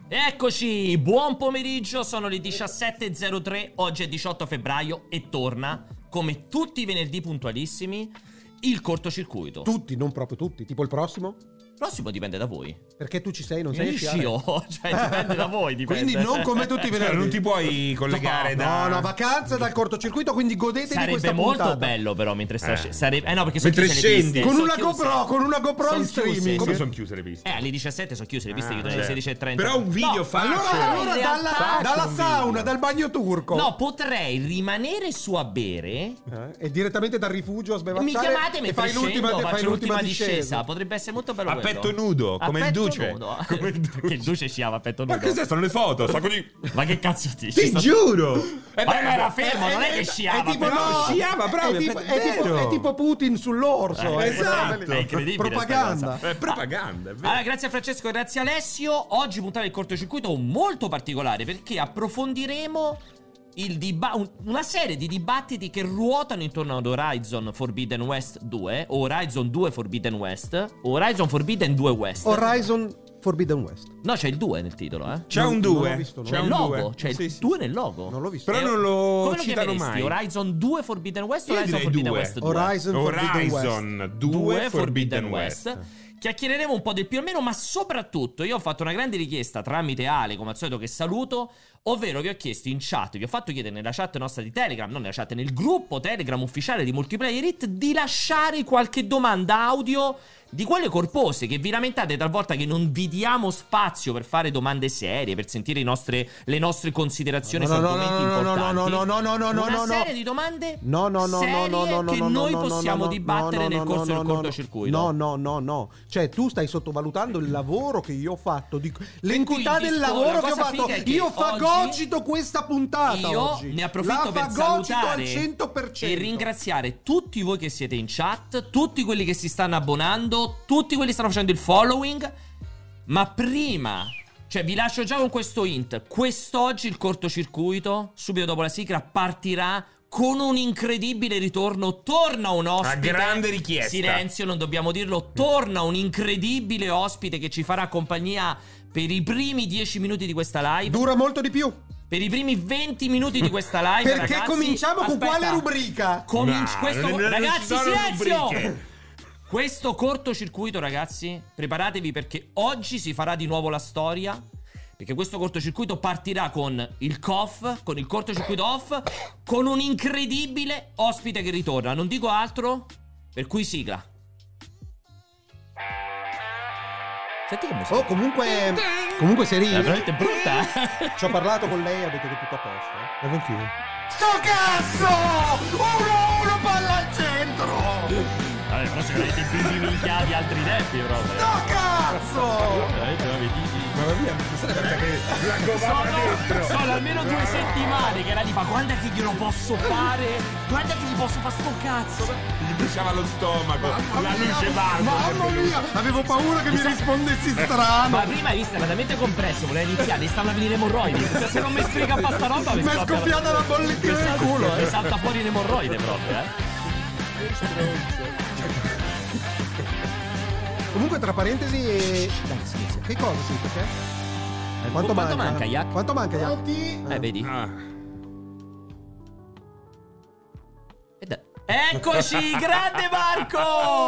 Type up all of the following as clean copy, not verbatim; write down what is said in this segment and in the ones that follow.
Eccoci, buon pomeriggio, sono le 17.03, oggi è 18 febbraio e torna, come tutti i venerdì puntualissimi, il cortocircuito. Tutti, non proprio tutti, tipo il prossimo? Il prossimo dipende da voi. Perché tu ci sei, non sei a sciare? Io, cioè dipende da voi, dipende. Quindi non come tutti i venerdì. Non ti puoi collegare da... No, vacanza dal cortocircuito, quindi godetevi sarebbe questa molto puntata. bello però mentre sta sarebbe no, perché sono Mentre chiuse le piste. scendi. Con una GoPro in streaming. Come sono chiuse le piste? Alle 17 sono chiuse le piste, chiudono alle Cioè, 16:30. però un video No, facile. Allora dalla un sauna, video. dal bagno turco. No, potrei rimanere su a bere. E direttamente dal rifugio a sbevazzare. Mi chiamate e mentre fai l'ultima, scendo, fai faccio l'ultima discesa. Potrebbe essere molto bello A quello. petto nudo, come il petto duce. nudo. Come il duce. Che il duce sciava a petto Ma nudo. cos'è? Sono le foto, sta così. Ma che cazzo dici? Ti giuro! Ma era fermo, non è che sciava. tipo, però. no, sciava proprio, è tipo Putin sull'orso. Esatto. È incredibile. Propaganda. È propaganda, è vero. Allora, grazie a Francesco e grazie a Alessio. Oggi puntata del cortocircuito molto particolare perché approfondiremo una serie di dibattiti che ruotano intorno ad Horizon Forbidden West 2 o Horizon 2 Forbidden West o Horizon Forbidden 2 West. Horizon Forbidden West. No, c'è il 2 nel titolo, eh. C'è un non l'ho 2. visto, no. C'è Nel un logo, 2. c'è Sì, il sì. 2 nel logo. Non l'ho visto. Però non lo Come lo citano chiameresti? mai. Horizon 2 Forbidden West o Io Horizon direi Forbidden 2. West 2? Horizon 2 Forbidden West. Chiacchiereremo un po' del più o meno, ma soprattutto io ho fatto una grande richiesta tramite Ale, come al solito, che saluto, ovvero vi ho chiesto in chat, vi ho fatto chiedere nella chat nostra di Telegram, non nella chat, nel gruppo Telegram ufficiale di Multiplayer It, di lasciare qualche domanda audio di quelle corpose che vi lamentate talvolta che non vi diamo spazio per fare domande serie, per sentire le nostre considerazioni su argomenti importanti. Una serie di domande serie che noi possiamo dibattere nel corso del cortocircuito. No. Cioè, tu stai sottovalutando il lavoro che io ho fatto, l'entità del lavoro che ho fatto. Io fagocito questa puntata. Io oggi. ne approfitto per fagocito salutare al 100%. e ringraziare tutti voi che siete in chat, tutti quelli che si stanno abbonando, tutti quelli che stanno facendo il following. Ma prima, cioè vi lascio già con questo hint: quest'oggi il cortocircuito, subito dopo la sigla, partirà con un incredibile ritorno. Torna un ospite. A grande richiesta. Silenzio, non dobbiamo dirlo. Torna un incredibile ospite che ci farà compagnia per i primi 10 minuti di questa live. Dura molto di più. Per i primi 20 minuti di questa live. Perché ragazzi, cominciamo con aspetta. quale rubrica? Ragazzi, ci sono silenzio! rubriche. Questo cortocircuito, ragazzi, preparatevi perché oggi si farà di nuovo la storia. Perché questo cortocircuito partirà con il COF, con il cortocircuito off, con un incredibile ospite che ritorna. Non dico altro, per cui sigla. Senti che musica. Comunque sei È veramente brutta. Ci ho parlato con lei e ha detto che è tutto a posto. Ma con chi? Sto cazzo! 1-1 palla al centro! Vabbè, però sicuramente i bimbi minchiati altri tempi proprio. Sto cazzo! Ma via, la govava dentro. Sono almeno 2 settimane che era lì. Ma quando è che glielo posso fare? Quando è che gli posso fare sto cazzo? Gli bruciava lo stomaco. La luce barba. Mamma mia! Avevo paura che mi rispondessi strano! Ma prima hai visto, era talmente compresso, voleva iniziare, gli stavano a venire emorroidi. Se non mi spiega fa sta roba, Mi è scoppiata la bollettina nel culo! Mi salta fuori l'emorroide proprio, Comunque, tra parentesi, dai, sì. Che cosa sì? Perché? Quanto manca, Yak? Quanto manca, Yak? Vedi? Ah. Eccoci, grande Marco!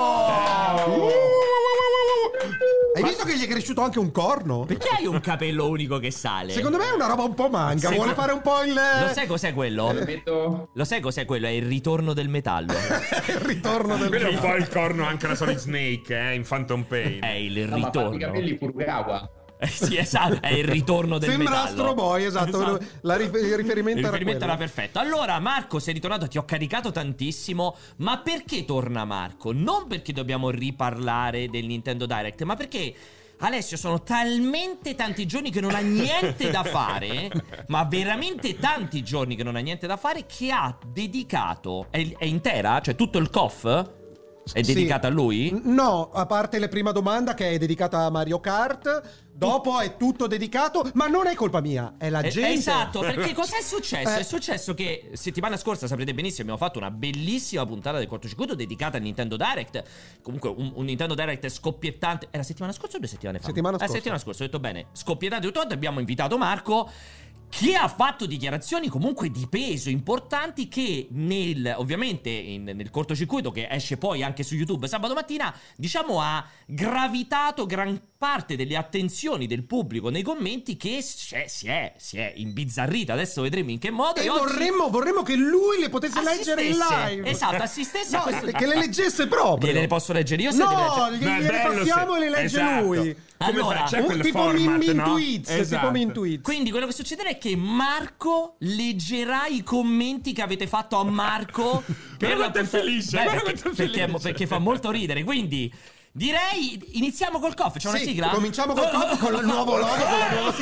Hai visto che gli è cresciuto anche un corno? Perché hai un capello unico che sale? Secondo me è una roba un po' manca. Vuole fare un po' il... Lo sai cos'è quello? Lo sai cos'è quello? È il ritorno del metallo. il ritorno del... Quello è un po' il corno anche la Solid Snake, in Phantom Pain. È il No, ma fa i ritorno. capelli Furukawa. Sì, esatto, è il ritorno del Sembra metallo. Astro Boy, esatto. Esatto. Il riferimento era quello. era perfetto. Allora, Marco, sei ritornato, ti ho caricato tantissimo. Ma perché torna Marco? Non perché dobbiamo riparlare del Nintendo Direct, ma perché Alessio sono talmente tanti giorni che non ha niente da fare, ma veramente tanti giorni che non ha niente da fare, che ha dedicato, è intera, cioè tutto il COF, È dedicata a lui? No, a parte la prima domanda che è dedicata a Mario Kart. Dopo è tutto dedicato, ma non è colpa mia, è la gente. Esatto, perché cos'è successo? È successo che settimana scorsa, saprete benissimo, abbiamo fatto una bellissima puntata del cortocircuito dedicata al Nintendo Direct. Comunque un Nintendo Direct scoppiettante. Era settimana scorsa o 2 settimane fa? Settimana scorsa, ho detto bene. Scoppiettante tutto, abbiamo invitato Marco, che ha fatto dichiarazioni comunque di peso importanti, che ovviamente nel cortocircuito, che esce poi anche su YouTube sabato mattina, diciamo ha gravitato gran parte delle attenzioni del pubblico nei commenti, che si è imbizzarrita. Adesso vedremo in che modo. E vorremmo che lui le potesse leggere in live. Esatto, assistesse a questo. Che le leggesse proprio. Le posso leggere io? No, gliele passiamo e le legge lui. Allora, c'è quel tipo format, Min no? Tweets, Esatto. tipo Min Tweets. Quindi quello che succederà è che Marco leggerà i commenti che avete fatto a Marco per la quanto è felice, perché fa molto ridere. Quindi direi iniziamo col coffee. C'è una sigla? Cominciamo col coffee, con il nuovo logo, con la nuova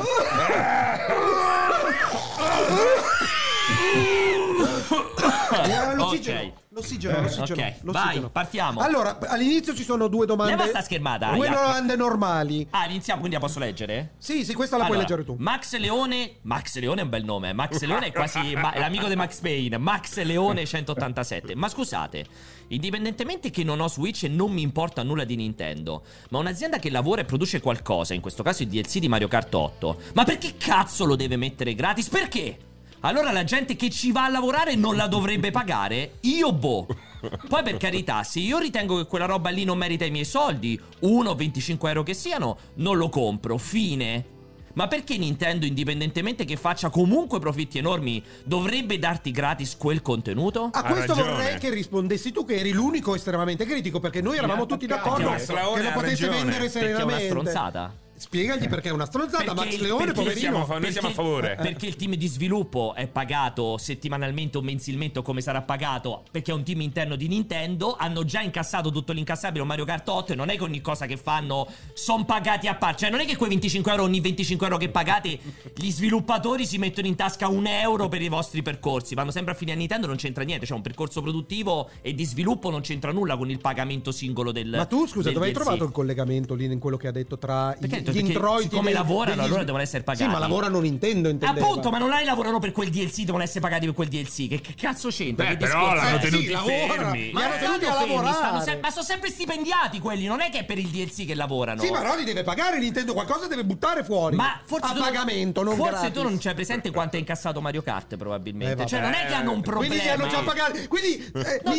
sigla. L'ossigeno. Vai, partiamo. Allora, all'inizio ci sono due domande. Leva sta schermata. Due domande normali. Iniziamo, quindi la posso leggere? Sì, questa la puoi leggere tu. Max Leone è un bel nome. Max Leone è quasi è l'amico di Max Payne. Max Leone 187. Ma scusate, indipendentemente che non ho Switch e non mi importa nulla di Nintendo, ma un'azienda che lavora e produce qualcosa, in questo caso il DLC di Mario Kart 8, ma perché cazzo lo deve mettere gratis? Perché? Allora la gente che ci va a lavorare non la dovrebbe pagare? Poi per carità, se io ritengo che quella roba lì non merita i miei soldi, 1 o 25 euro che siano, non lo compro, fine. Ma perché Nintendo, indipendentemente che faccia comunque profitti enormi, dovrebbe darti gratis quel contenuto? A questo vorrei che rispondessi tu, che eri l'unico estremamente critico, perché noi eravamo tutti d'accordo che lo potesse vendere serenamente. Perché è una stronzata. Spiegagli perché è una stronzata. Max Leone, poverino. Noi siamo a favore. Perché il team di sviluppo è pagato settimanalmente o mensilmente, o come sarà pagato, perché è un team interno di Nintendo. Hanno già incassato tutto l'incassabile Mario Kart 8, e non è che ogni cosa che fanno sono pagati a parte. Cioè non è che quei 25 euro, ogni 25 euro che pagate, gli sviluppatori si mettono in tasca 1 euro per i vostri percorsi. Vanno sempre a finire a Nintendo, non c'entra niente. Cioè un percorso produttivo e di sviluppo non c'entra nulla con il pagamento singolo del. Ma tu scusa, dove hai DLC. trovato il collegamento lì in quello che ha detto tra gli perché introiti? Come lavorano, allora devono essere pagati. Sì, ma lavorano Nintendo, intendeva. Appunto, ma non hai lavorano per quel DLC, devono essere pagati per quel DLC. Che cazzo c'entra? Beh, che però discorso? l'hanno tenuti lavorano. fermi. Ma Li hanno tenuti a lavorare. ma sono sempre stipendiati quelli, non è che è per il DLC che lavorano. Sì, ma no, li deve pagare Nintendo, qualcosa deve buttare fuori. Ma forse a pagamento, non forse gratis. tu non c'hai presente quanto è incassato Mario Kart, probabilmente. Cioè non è che hanno un problema. Quindi li hanno già pagati. Quindi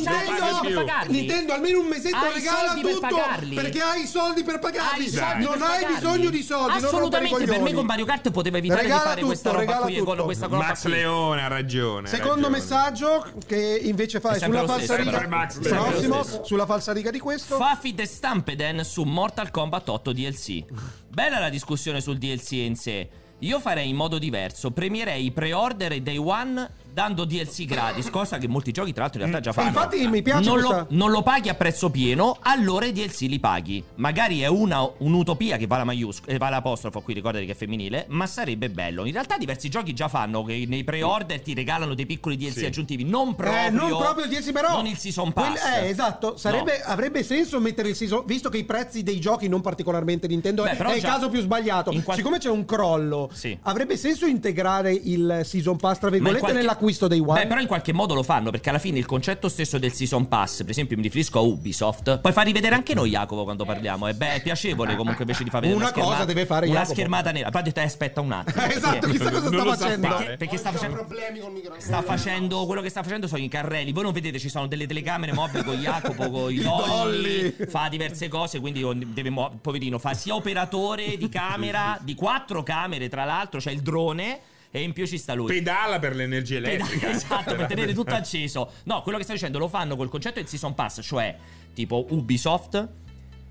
Nintendo almeno un mesetto regala tutto perché hai i soldi per pagarli. Non hai bisogno di soldi. Assolutamente, per me con Mario Kart poteva evitare di fare questa roba qui. Questa roba Max Leone ha ragione. Secondo messaggio che invece fai sulla falsariga. Prossimo, sulla falsariga di questo. Fafi the Stampeden su Mortal Kombat 8 DLC. Bella la discussione sul DLC in sé. Io farei in modo diverso. Premierei i pre-order e day one dando DLC gratis, cosa che molti giochi tra l'altro in realtà già fanno. Infatti mi piace non lo paghi a prezzo pieno, allora i DLC li paghi. Magari è un'utopia che va l'apostrofo qui, ricordati che è femminile, ma sarebbe bello. In realtà diversi giochi già fanno che nei pre-order ti regalano dei piccoli DLC aggiuntivi, non proprio il DLC, però non il Season Pass. Esatto, avrebbe senso mettere il Season, visto che i prezzi dei giochi, non particolarmente Nintendo, è il caso più sbagliato. Siccome c'è un crollo, avrebbe senso integrare il Season Pass tra virgolette nell'acquisto dei One. Però in qualche modo lo fanno, perché alla fine il concetto stesso del Season Pass, per esempio mi riferisco a Ubisoft, poi fa rivedere anche noi Jacopo quando parliamo. È piacevole comunque, invece di far vedere una cosa deve fare una Jacopo. Schermata nera. Poi ha detto aspetta un attimo. Esatto, chissà cosa sta facendo. Perché sta facendo problemi col microfono. Sta facendo quello che sta facendo sono i carrelli. Voi non vedete, ci sono delle telecamere mobili con Jacopo, con i dolly, fa diverse cose, quindi deve poverino, fa sia operatore di camera, di 4 camere tra l'altro, c'è il drone. E in più ci sta lui. Pedala per l'energia elettrica. Esatto, per tenere tutto acceso. No, quello che sta dicendo lo fanno col concetto del Season Pass, cioè tipo Ubisoft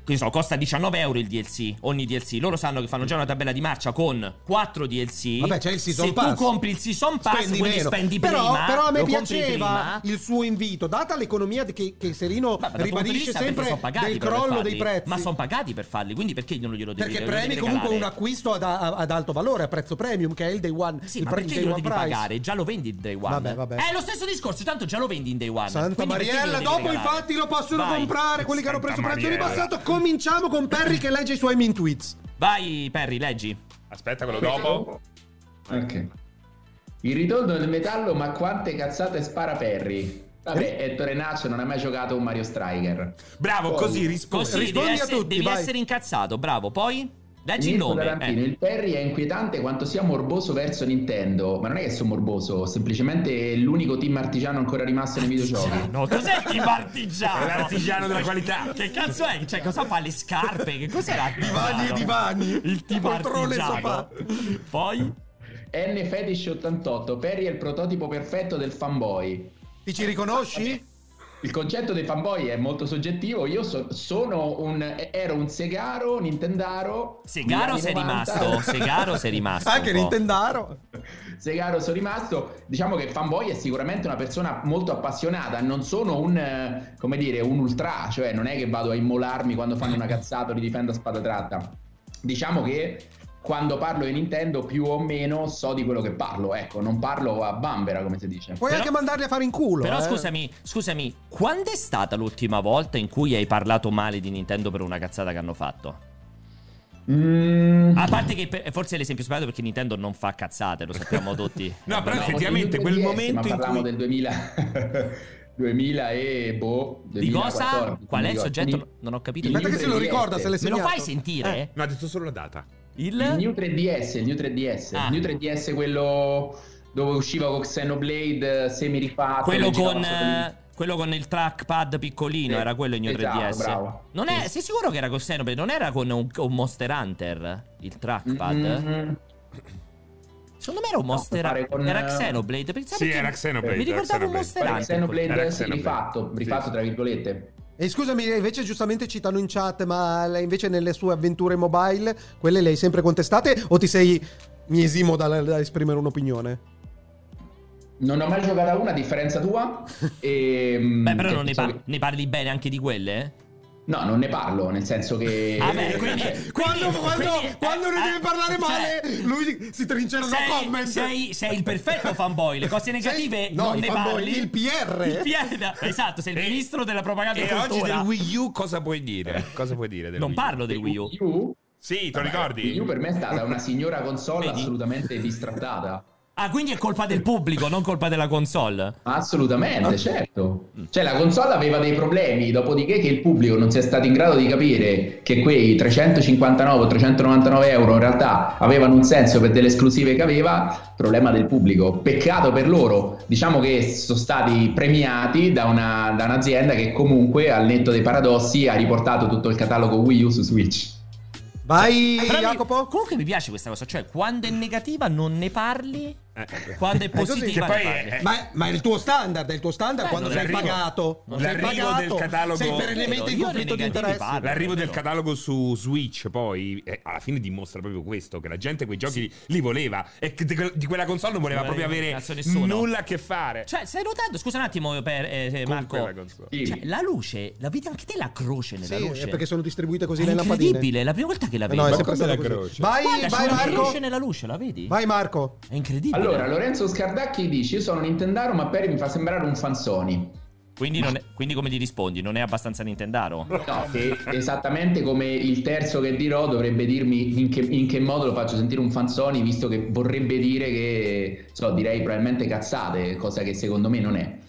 costa 19 euro il DLC, ogni DLC. Loro sanno che fanno già una tabella di marcia con 4 DLC. Vabbè, c'è il Season Pass. Se tu compri il Season Pass, quindi spendi prima. Però a me piaceva il suo invito, data l'economia che Serino ribadisce sempre del crollo dei prezzi. Ma sono pagati per farli, quindi perché non glielo devi Perché premi comunque un acquisto ad alto valore, a prezzo premium, che è il Day One. Sì, ma perché glielo devi pagare? Già lo vendi il Day One. Vabbè. È lo stesso discorso, tanto già lo vendi in Day One. Santa Mariella, dopo infatti lo possono comprare quelli che hanno preso prezzo ribassato. Cominciamo con Perry che legge i suoi min tweets. Vai Perry, leggi. Aspetta, quello dopo. Ok. Il ritorno del metallo, ma quante cazzate spara Perry? Vabbè, Ettore Naccio non ha mai giocato un Mario Striker. Bravo, così rispondi a tutti. Devi essere incazzato, bravo. Poi leggi il nome. Il Perry è inquietante quanto sia morboso verso Nintendo. Ma non è che sono morboso, semplicemente è l'unico team artigiano ancora rimasto nei videogiochi. No, cos'è il team artigiano? È l'artigiano della qualità. Che cazzo è? Cioè, cosa fa le scarpe? Che cos'è l'artigiano? Divani. Il team artigiano. Poi N-Fetish88. Perry è il prototipo perfetto del fanboy. Ti ci riconosci? Il concetto dei fanboy è molto soggettivo. Io ero un Segaro, Nintendaro. Segaro sei rimasto. Anche Nintendaro. Segaro sono rimasto. Diciamo che fanboy è sicuramente una persona molto appassionata. Non sono un ultra, cioè non è che vado a immolarmi quando fanno una cazzata o li difendo a spada tratta. Diciamo che quando parlo di Nintendo più o meno so di quello che parlo, ecco, non parlo a bambera come si dice. Puoi anche mandarli a fare in culo. Però scusami, quando è stata l'ultima volta in cui hai parlato male di Nintendo per una cazzata che hanno fatto? A parte che forse è l'esempio sbagliato perché Nintendo non fa cazzate, lo sappiamo tutti. No, però effettivamente quel momento in parliamo cui... del 2000 e 2014. Di cosa? Qual è il soggetto? Non ho capito. Aspetta che se lo ricorda, se le me lo fai sentire? No, ha detto solo la data. Il New 3DS, il New 3DS, quello dove usciva con Xenoblade semi rifatto. Quello con il trackpad piccolino, era quello il New 3DS. Bravo. Non è, sei sicuro che era con Xenoblade? Non era con un Monster Hunter il trackpad? Secondo me era un Monster Hunter. Era Xenoblade. Sì, era Xenoblade. Mi ricordavo un Monster Hunter. Xenoblade rifatto, tra virgolette. E scusami, invece giustamente citano in chat, ma lei invece nelle sue avventure mobile, quelle le hai sempre contestate o ti sei miesimo da esprimere un'opinione? Non ho mai giocato a una, a differenza tua. Beh, però non ne parli bene anche di quelle? No, non ne parlo, nel senso che... Quando ne deve parlare male, lui si trincera da comment. Sei il perfetto fanboy, le cose negative non ne parli. Il PR. Esatto, sei il ministro della propaganda e cultura. Oggi del Wii U cosa puoi dire? Cosa puoi dire del non Wii U? Parlo del Wii U. Sì, te lo ricordi? Wii U per me è stata una signora console assolutamente bistrattata. Ah, quindi è colpa del pubblico, non colpa della console? Assolutamente, certo. Cioè la console aveva dei problemi, dopodiché che il pubblico non sia stato in grado di capire che quei 359 o 399 euro in realtà avevano un senso per delle esclusive che aveva, problema del pubblico. Peccato per loro. Diciamo che sono stati premiati da un'azienda che comunque, al netto dei paradossi, ha riportato tutto il catalogo Wii U su Switch. Vai, Jacopo. Comunque mi piace questa cosa, cioè quando è negativa non ne parli, quando è positiva ne parli. Ma è il tuo standard, quando sei pagato. L'arrivo del catalogo, sei perennemente in conflitto di interesse. L'arrivo del catalogo su Switch poi alla fine dimostra proprio questo, che la gente quei giochi li voleva e che di quella console non voleva proprio avere nulla a che fare. Cioè, stai notando, scusa un attimo Marco, cioè, la luce, la vedi anche te la croce nella luce? È perché sono distribuite così le lampadine. È incredibile, è la prima volta che la vedo. No, è sempre stata così. Vai Marco. Luce nella luce, la vedi? Vai Marco. È incredibile. Allora, Lorenzo Scardacchi dice: io sono Nintendaro, ma Perry mi fa sembrare un fan Sony. Quindi come ti rispondi? Non è abbastanza Nintendaro? No, che esattamente come il terzo che dirò dovrebbe dirmi in che modo lo faccio sentire un fan Sony, visto che vorrebbe dire che direi probabilmente cazzate, cosa che secondo me non è.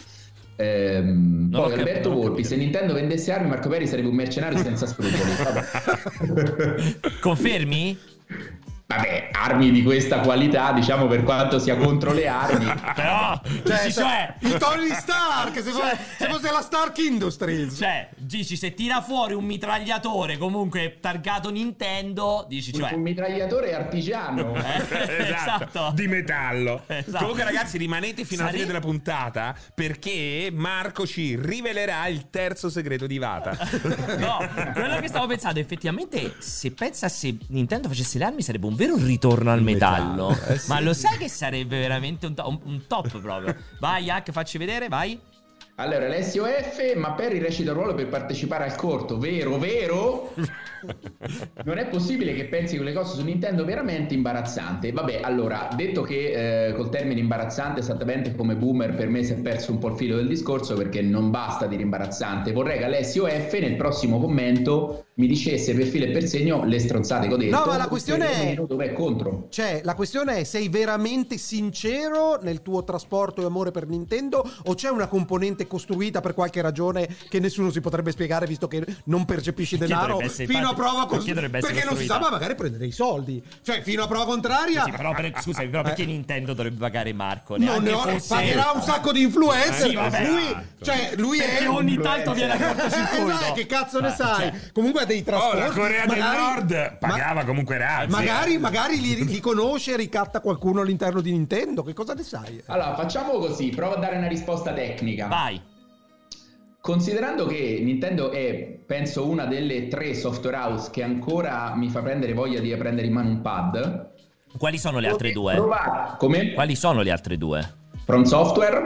Poi Alberto Volpi: se Nintendo vendesse armi, Marco Perry sarebbe un mercenario senza scrupoli. Confermi? Vabbè, armi di questa qualità, diciamo, per quanto sia contro le armi. Però, cioè, il Tony Stark, se fosse la Stark Industries. Cioè, dici, se tira fuori un mitragliatore comunque targato Nintendo, dici, cioè... Un mitragliatore artigiano. Esatto, di metallo. Esatto. Comunque ragazzi, rimanete fino alla fine della puntata, perché Marco ci rivelerà il terzo segreto di Iwata. No, quello che stavo pensando, effettivamente, se Nintendo facesse le armi sarebbe un vero ritorno al metallo. Sì. Ma lo sai che sarebbe veramente un top proprio. Vai Hack, facci vedere, vai. Allora, Alessio F, ma Perry recita il ruolo per partecipare al corto, vero? Non è possibile che pensi quelle cose su Nintendo, veramente imbarazzante. Vabbè, allora, detto che col termine imbarazzante, esattamente come boomer, per me si è perso un po' il filo del discorso, perché non basta dire imbarazzante. Vorrei che Alessio F nel prossimo commento mi dicesse per filo e per segno le stronzate che ho detto. No, ma la questione è dove è contro. Cioè, la questione è: sei veramente sincero nel tuo trasporto e amore per Nintendo, o c'è una componente costruita per qualche ragione che nessuno si potrebbe spiegare, visto che non percepisci denaro fino a prova perché non si sa, ma magari prende dei soldi, cioè fino a prova contraria. Sì, però scusami, però perché Nintendo dovrebbe pagare Marco? Non ne pagherà un sacco di influencer. Sì, vabbè. Lui perché è ogni tanto viene a cortocircuito. Che cazzo ne sai? Cioè, comunque ha dei trasporti. La Corea del Nord pagava comunque razzi. Magari li conosce e ricatta qualcuno all'interno di Nintendo. Che cosa ne sai? Allora, facciamo così, prova a dare una risposta tecnica. Vai. Considerando che Nintendo è, penso, una delle 3 software house che ancora mi fa prendere voglia di prendere in mano un pad. Quali sono le altre 2? Come? Quali sono le altre 2? From Software.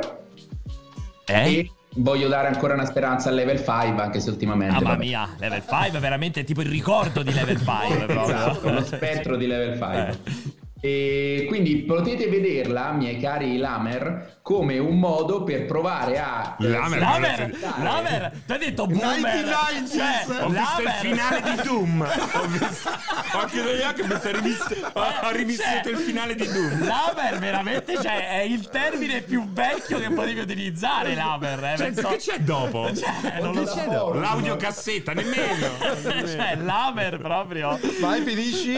E voglio dare ancora una speranza al Level 5, anche se ultimamente... Mamma mia, Level 5 è veramente tipo il ricordo di Level 5. Proprio. Esatto, lo spettro di Level 5. E quindi potete vederla, miei cari Lamer, come un modo per provare a... Lamer, ti hai detto boomer. Ho visto il finale di Doom. Occhio degli occhi, ho rivissuto il finale di Doom. Lamer veramente, cioè, è il termine più vecchio che potevi utilizzare, Lamer. Che c'è dopo? Non lo so. L'audiocassetta, nemmeno. Cioè, Lamer proprio. Vai, finisci.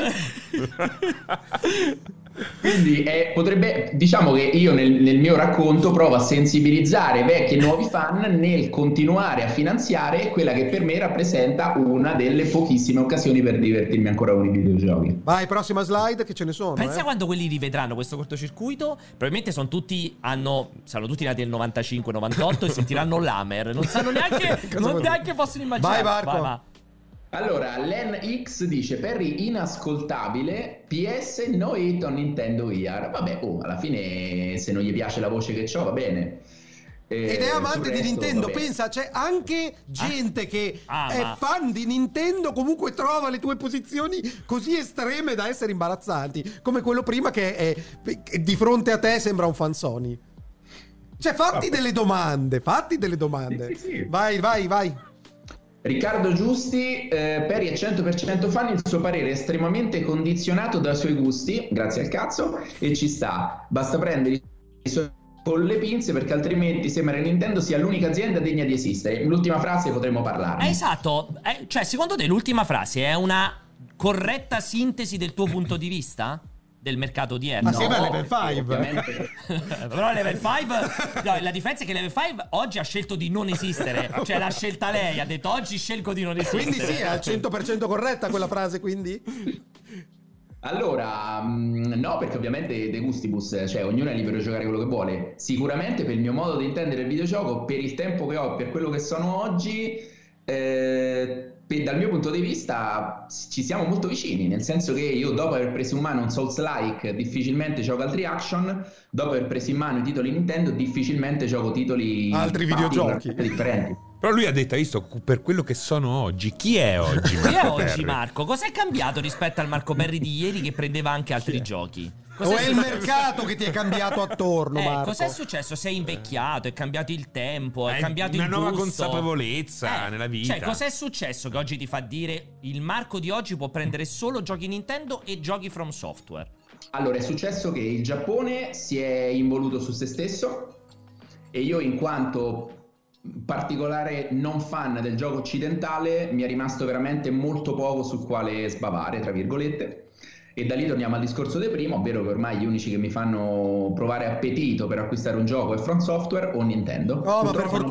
Quindi potrebbe, diciamo che io nel mio racconto provo a sensibilizzare vecchi e nuovi fan nel continuare a finanziare quella che per me rappresenta una delle pochissime occasioni per divertirmi ancora con i videogiochi. Vai, prossima slide, che ce ne sono. Pensa quando quelli rivedranno questo cortocircuito, probabilmente saranno tutti nati nel 95-98 e sentiranno Lamer, non sanno neanche possono immaginare. Vai, Marco. Vai. Allora, Len X dice: Perry inascoltabile, PS no hate on Nintendo VR. Vabbè, alla fine se non gli piace la voce che c'ho va bene. Ed è amante di Nintendo, pensa, c'è anche gente che è fan di Nintendo, comunque trova le tue posizioni così estreme da essere imbarazzanti, come quello prima che è di fronte a te sembra un fan Sony. Cioè, fatti delle domande. Sì. Vai. Riccardo Giusti, Perry è 100% fan, il suo parere è estremamente condizionato dai suoi gusti, grazie al cazzo, e ci sta, basta prendere i suoi con le pinze, perché altrimenti sembra che Nintendo sia l'unica azienda degna di esistere. L'ultima frase potremmo parlarne. Esatto, cioè secondo te l'ultima frase è una corretta sintesi del tuo punto di vista? Del mercato odierno? Assieme a Level 5. Però Level 5 la differenza è che Level 5 oggi ha scelto di non esistere. Cioè l'ha scelta lei, ha detto oggi scelgo di non esistere. Quindi sì, è al 100% corretta quella frase, quindi? Allora, no, perché ovviamente de gustibus, cioè ognuno è libero di giocare quello che vuole. Sicuramente per il mio modo di intendere il videogioco, per il tempo che ho, per quello che sono oggi, dal mio punto di vista ci siamo molto vicini, nel senso che io, dopo aver preso in mano un Souls-like, difficilmente gioco altri action. Dopo aver preso in mano i titoli Nintendo, difficilmente gioco titoli altri videogiochi differenti. Però lui ha detto, hai visto, per quello che sono oggi. Chi è oggi Marco? Chi è oggi Marco? Cos'è cambiato rispetto al Marco Perry di ieri che prendeva anche altri giochi? O è il mercato che ti è cambiato attorno, Marco? Cos'è successo? Sei invecchiato, è cambiato il tempo, è cambiato il gusto. Una nuova consapevolezza nella vita. Cioè, cos'è successo che oggi ti fa dire il Marco di oggi può prendere solo giochi Nintendo e giochi From Software? Allora, è successo che il Giappone si è involuto su se stesso e io, in quanto particolare non fan del gioco occidentale, mi è rimasto veramente molto poco sul quale sbavare, tra virgolette. E da lì torniamo al discorso del primo, ovvero che ormai gli unici che mi fanno provare appetito per acquistare un gioco è From Software o Nintendo. Ma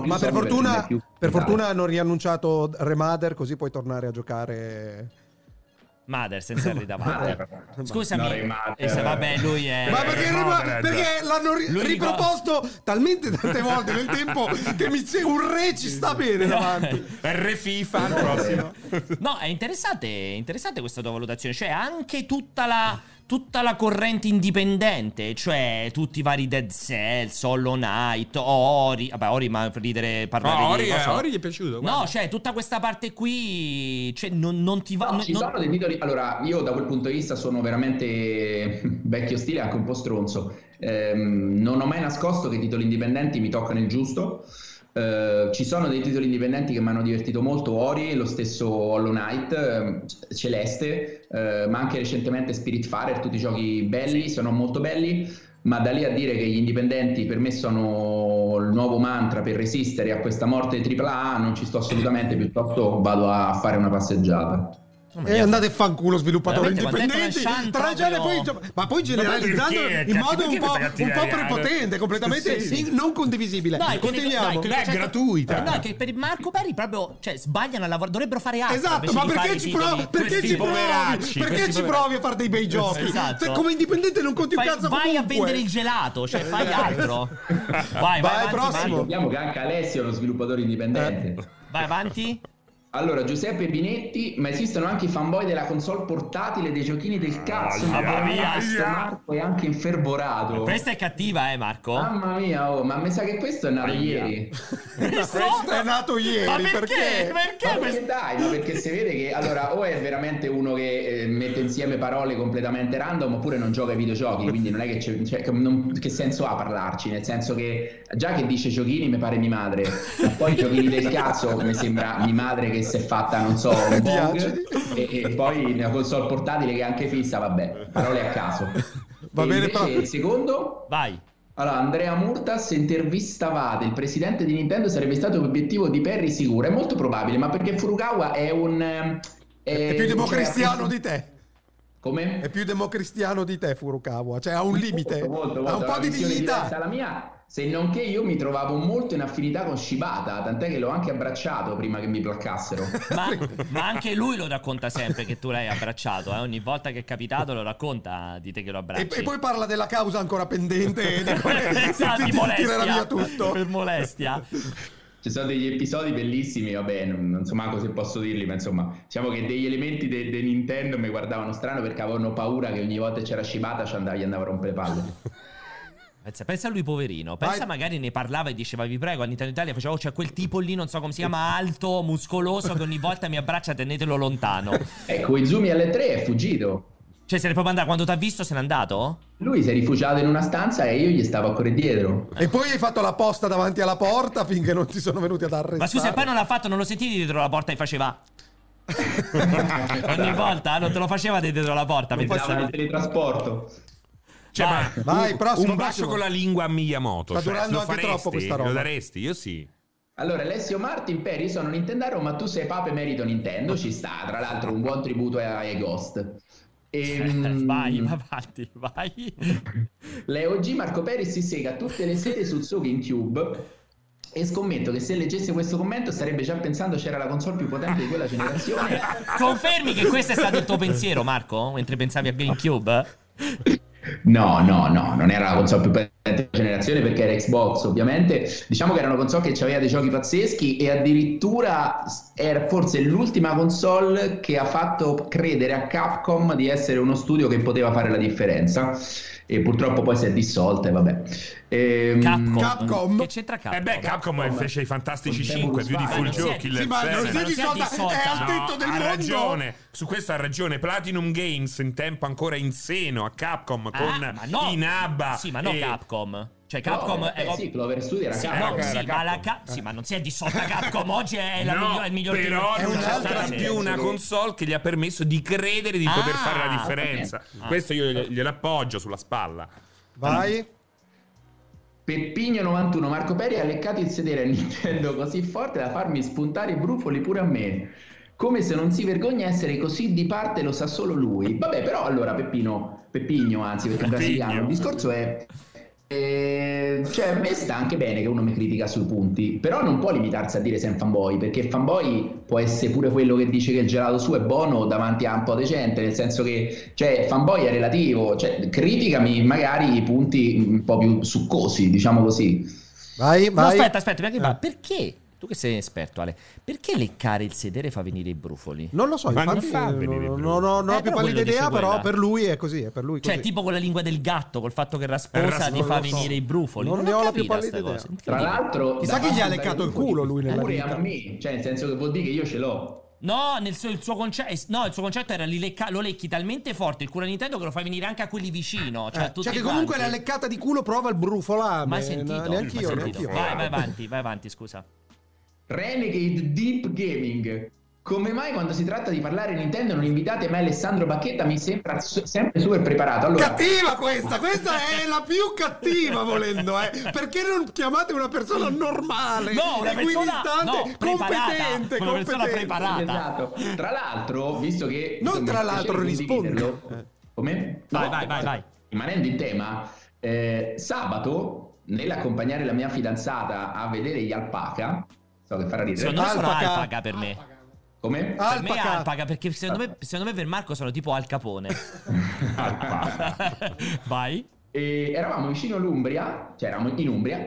per fortuna hanno riannunciato Remother, così puoi tornare a giocare... Mother senza R davanti. Scusami, vabbè, lui è. Ma perché l'hanno riproposto talmente tante volte nel tempo che un re ci sta bene davanti. R FIFA al prossimo. No, è interessante questa tua valutazione. Cioè, anche tutta la corrente indipendente, cioè tutti i vari Dead Cells, Hollow Knight, Ori. Vabbè, Ori, ma per ridere, parlare Ori gli è piaciuto. Guarda. No, cioè tutta questa parte qui, cioè non ti va. Ci sono dei titoli. Allora, io da quel punto di vista sono veramente vecchio stile, anche un po' stronzo. Non ho mai nascosto che i titoli indipendenti mi toccano il giusto. Ci sono dei titoli indipendenti che mi hanno divertito molto, Ori, lo stesso Hollow Knight, Celeste, ma anche recentemente Spiritfarer, tutti giochi belli, sono molto belli, ma da lì a dire che gli indipendenti per me sono il nuovo mantra per resistere a questa morte AAA non ci sto assolutamente, piuttosto vado a fare una passeggiata. E andate a fanculo sviluppatori indipendenti, ma poi generalizzando in modo un po' prepotente, completamente non condivisibile. Continuiamo. È gratuita. No, che per Marco Perry proprio, cioè, sbagliano a lavorare, dovrebbero fare altro. Esatto, ma perché ci provi? Perché ci provi a fare dei bei giochi? Esatto. Come indipendente non conti un cazzo comunque. Vai a vendere il gelato, cioè fai altro. Vai prossimo. Sappiamo che anche Alessio è uno sviluppatore indipendente. Vai avanti. Allora, Giuseppe Binetti, ma esistono anche i fanboy della console portatile dei giochini del cazzo? Marco è anche infervorato. Questa è cattiva, Marco? Mamma mia, ma mi sa che questo è nato ieri. Questo è nato ieri. Ma perché? Perché dai, ma perché si vede che allora o è veramente uno che mette insieme parole completamente random oppure non gioca ai videogiochi, quindi non è che che senso ha parlarci, nel senso che già che dice giochini mi pare mia madre, ma poi giochini del cazzo mi sembra mia madre che si è fatta non so un bug e poi una console portatile che è anche fissa, vabbè, parole a caso. Va bene, invece il secondo? Vai. Allora, Andrea Murtas, se intervistavate il presidente di Nintendo sarebbe stato l'obiettivo di Perry sicuro, è molto probabile, ma perché Furukawa è più democristiano di te. Come? È più democristiano di te Furukawa, cioè ha un limite, molto, ha un po' di dignità. La mia, se non che io mi trovavo molto in affinità con Shibata, tant'è che l'ho anche abbracciato prima che mi placcassero. Ma anche lui lo racconta sempre che tu l'hai abbracciato, ogni volta che è capitato lo racconta di te che lo abbracci. E poi parla della causa ancora pendente di molestia, via tutto. Per molestia. Ci sono degli episodi bellissimi, vabbè, non so manco se posso dirli, ma insomma, diciamo che degli elementi di Nintendo mi guardavano strano perché avevano paura che ogni volta che c'era Shibata gli andava a rompere le palle. Pensa a lui poverino, pensa magari ne parlava e diceva vi prego a Nintendo Italia faceva c'è quel tipo lì non so come si chiama alto, muscoloso che ogni volta mi abbraccia, tenetelo lontano. Ecco, Izumi alle 3 è fuggito. Cioè se ne è proprio andato, quando ti ha visto se n'è andato? Lui si è rifugiato in una stanza e io gli stavo a correre dietro. E poi hai fatto la posta davanti alla porta finché non ti sono venuti ad arrestare. Ma scusa, e poi non l'ha fatto, non lo sentivi dietro la porta e faceva ogni volta non te lo faceva dietro la porta. Mi faceva il teletrasporto. Cioè, vai, prossimo, un bacio con la lingua a Miyamoto. Sta durando anche troppo questa roba. Lo daresti? Io sì. Allora, Alessio Martin, Perry, sono Nintendaro, ma tu sei Pape merito Nintendo, ci sta, tra l'altro un buon tributo ai Ghost. Vai, avanti, vai. Leo G. Marco Perry si sega tutte le sere sul suo GameCube e scommetto che se leggesse questo commento starebbe già pensando c'era la console più potente di quella generazione. Confermi che questo è stato il tuo pensiero, Marco, mentre pensavi a GameCube? No, non era la console più potente della generazione perché era Xbox, ovviamente. Diciamo che era una console che aveva dei giochi pazzeschi e addirittura era forse l'ultima console che ha fatto credere a Capcom di essere uno studio che poteva fare la differenza. E purtroppo poi si è dissolta e vabbè. Capcom? Che c'entra Capcom? Capcom fece i Fantastici 5, Beautiful Joe, Killer 7. Non si è dissolta, è al tetto del mondo. Ragione, su questo ha ragione. Platinum Games, in tempo ancora in seno a Capcom con Inaba. Sì, ma no Capcom. Cioè Capcom sì, Clover Studio era Capcom. Sì, ma non si è dissolta Capcom. Oggi è il miglior però non c'è stata più una console che gli ha permesso di credere di poter fare la differenza. Questo io gliel'appoggio sulla spalla. Vai. Peppigno 91, Marco Perry ha leccato il sedere a Nintendo così forte da farmi spuntare i brufoli pure a me. come se non si vergogna essere così di parte, lo sa solo lui. Vabbè, però allora Peppino, anzi, perché è brasiliano, il discorso è... cioè a me sta anche bene che uno mi critica sui punti, però non può limitarsi a dire sei un fanboy, perché fanboy può essere pure quello che dice che il gelato suo è buono davanti a un po' di gente, nel senso che, cioè, fanboy è relativo, cioè criticami magari i punti un po' più succosi, diciamo così. Vai. No, aspetta, perché? Tu che sei esperto, Ale, perché leccare il sedere fa venire i brufoli? Non lo so, infatti non ho più pallida idea, però per lui è così, per lui così. Cioè tipo con la lingua del gatto, col fatto che rasposa ti fa venire i brufoli. Non ne ho la più pallida idea. Tra l'altro, chissà chi gli ha leccato il culo lui nella pure vita. A me, cioè nel senso che vuol dire che io ce l'ho. No, il suo concetto era lo lecchi talmente forte il culo a Nintendo che lo fai venire anche a quelli vicino. Cioè che comunque la leccata di culo prova il brufolame. Ma hai sentito? Neanch'io. Vai avanti, scusa. Renegade Deep Gaming. Come mai quando si tratta di parlare Nintendo non invitate mai Alessandro Bacchetta? Mi sembra sempre super preparato. Allora... Cattiva questa è la più cattiva volendo, perché non chiamate una persona normale? No, una persona competente, una persona preparata. Esatto. Tra l'altro, visto che non tra l'altro rispondo. Come? Vai. Rimanendo in tema, sabato nell'accompagnare la mia fidanzata a vedere gli Alpaca, so che farà ridere. Secondo me sono Alpaca per me. Come? Per me è Alpaca, perché secondo me per Marco sono tipo Al Capone. Vai. E eravamo vicino all'Umbria, cioè eravamo in Umbria,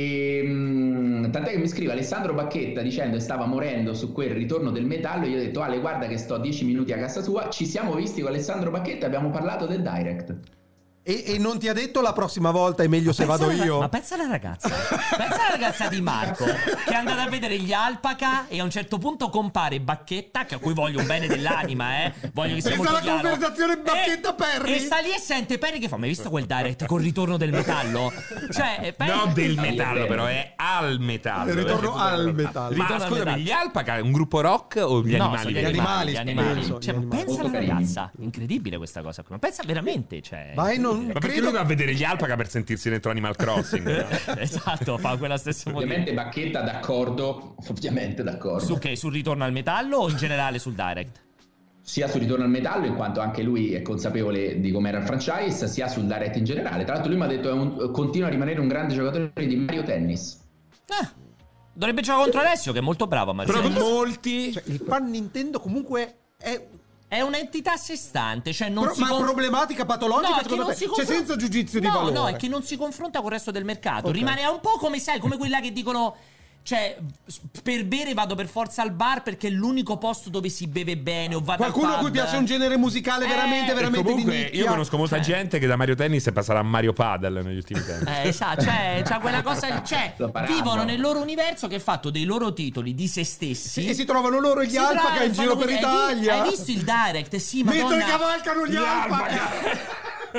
e tant'è che mi scrive Alessandro Bacchetta dicendo che stava morendo su quel Ritorno del metallo. Io ho detto: Ale, guarda che sto 10 minuti a casa sua. Ci siamo visti con Alessandro Bacchetta e abbiamo parlato del Direct. E non ti ha detto la prossima volta è meglio se vado io? Ma pensa alla ragazza di Marco che è andata a vedere gli Alpaca e a un certo punto compare Bacchetta, che a cui voglio un bene dell'anima, voglio che sia molto la chiaro. Conversazione Bacchetta-Perry, e sta lì e sente Perry che fa: ma hai visto quel Direct col Ritorno del metallo? Cioè no, del metallo, però è al metallo. Il ritorno al metallo. Ma scusami, gli Alpaca è un gruppo rock o gli animali? Gli animali. Cioè, pensa alla ragazza, incredibile questa cosa, ma pensa veramente, cioè. Ma perché lui va a vedere gli Alpaca per sentirsi dentro Animal Crossing? Esatto, fa quella stessa motivo. Ovviamente Bacchetta d'accordo. Su che? Sul Ritorno al metallo o in generale sul Direct? Sia sul Ritorno al metallo, in quanto anche lui è consapevole di com'era il franchise, sia sul Direct in generale. Tra l'altro lui mi ha detto continua a rimanere un grande giocatore di Mario Tennis. Dovrebbe giocare contro Alessio, che è molto bravo. Però molti... Cioè, il fan Nintendo comunque è un'entità a sé stante, cioè non ma problematica patologica, secondo te? Cioè senza giudizio di valore. No, è che non si confronta con il resto del mercato. Okay. Rimane un po' come, sai, come quella che dicono: cioè, per bere vado per forza al bar perché è l'unico posto dove si beve bene, o vado qualcuno a cui piace un genere musicale veramente comunque, di nicchia. Io conosco molta gente che da Mario Tennis è passata a Mario Padel negli ultimi tempi. Esatto, cioè quella cosa, cioè vivono nel loro universo che è fatto dei loro titoli di se stessi e si trovano loro gli Alpaca in giro per Italia. Hai visto il Direct? Sì, Madonna. Mentre cavalcano gli Alpaca.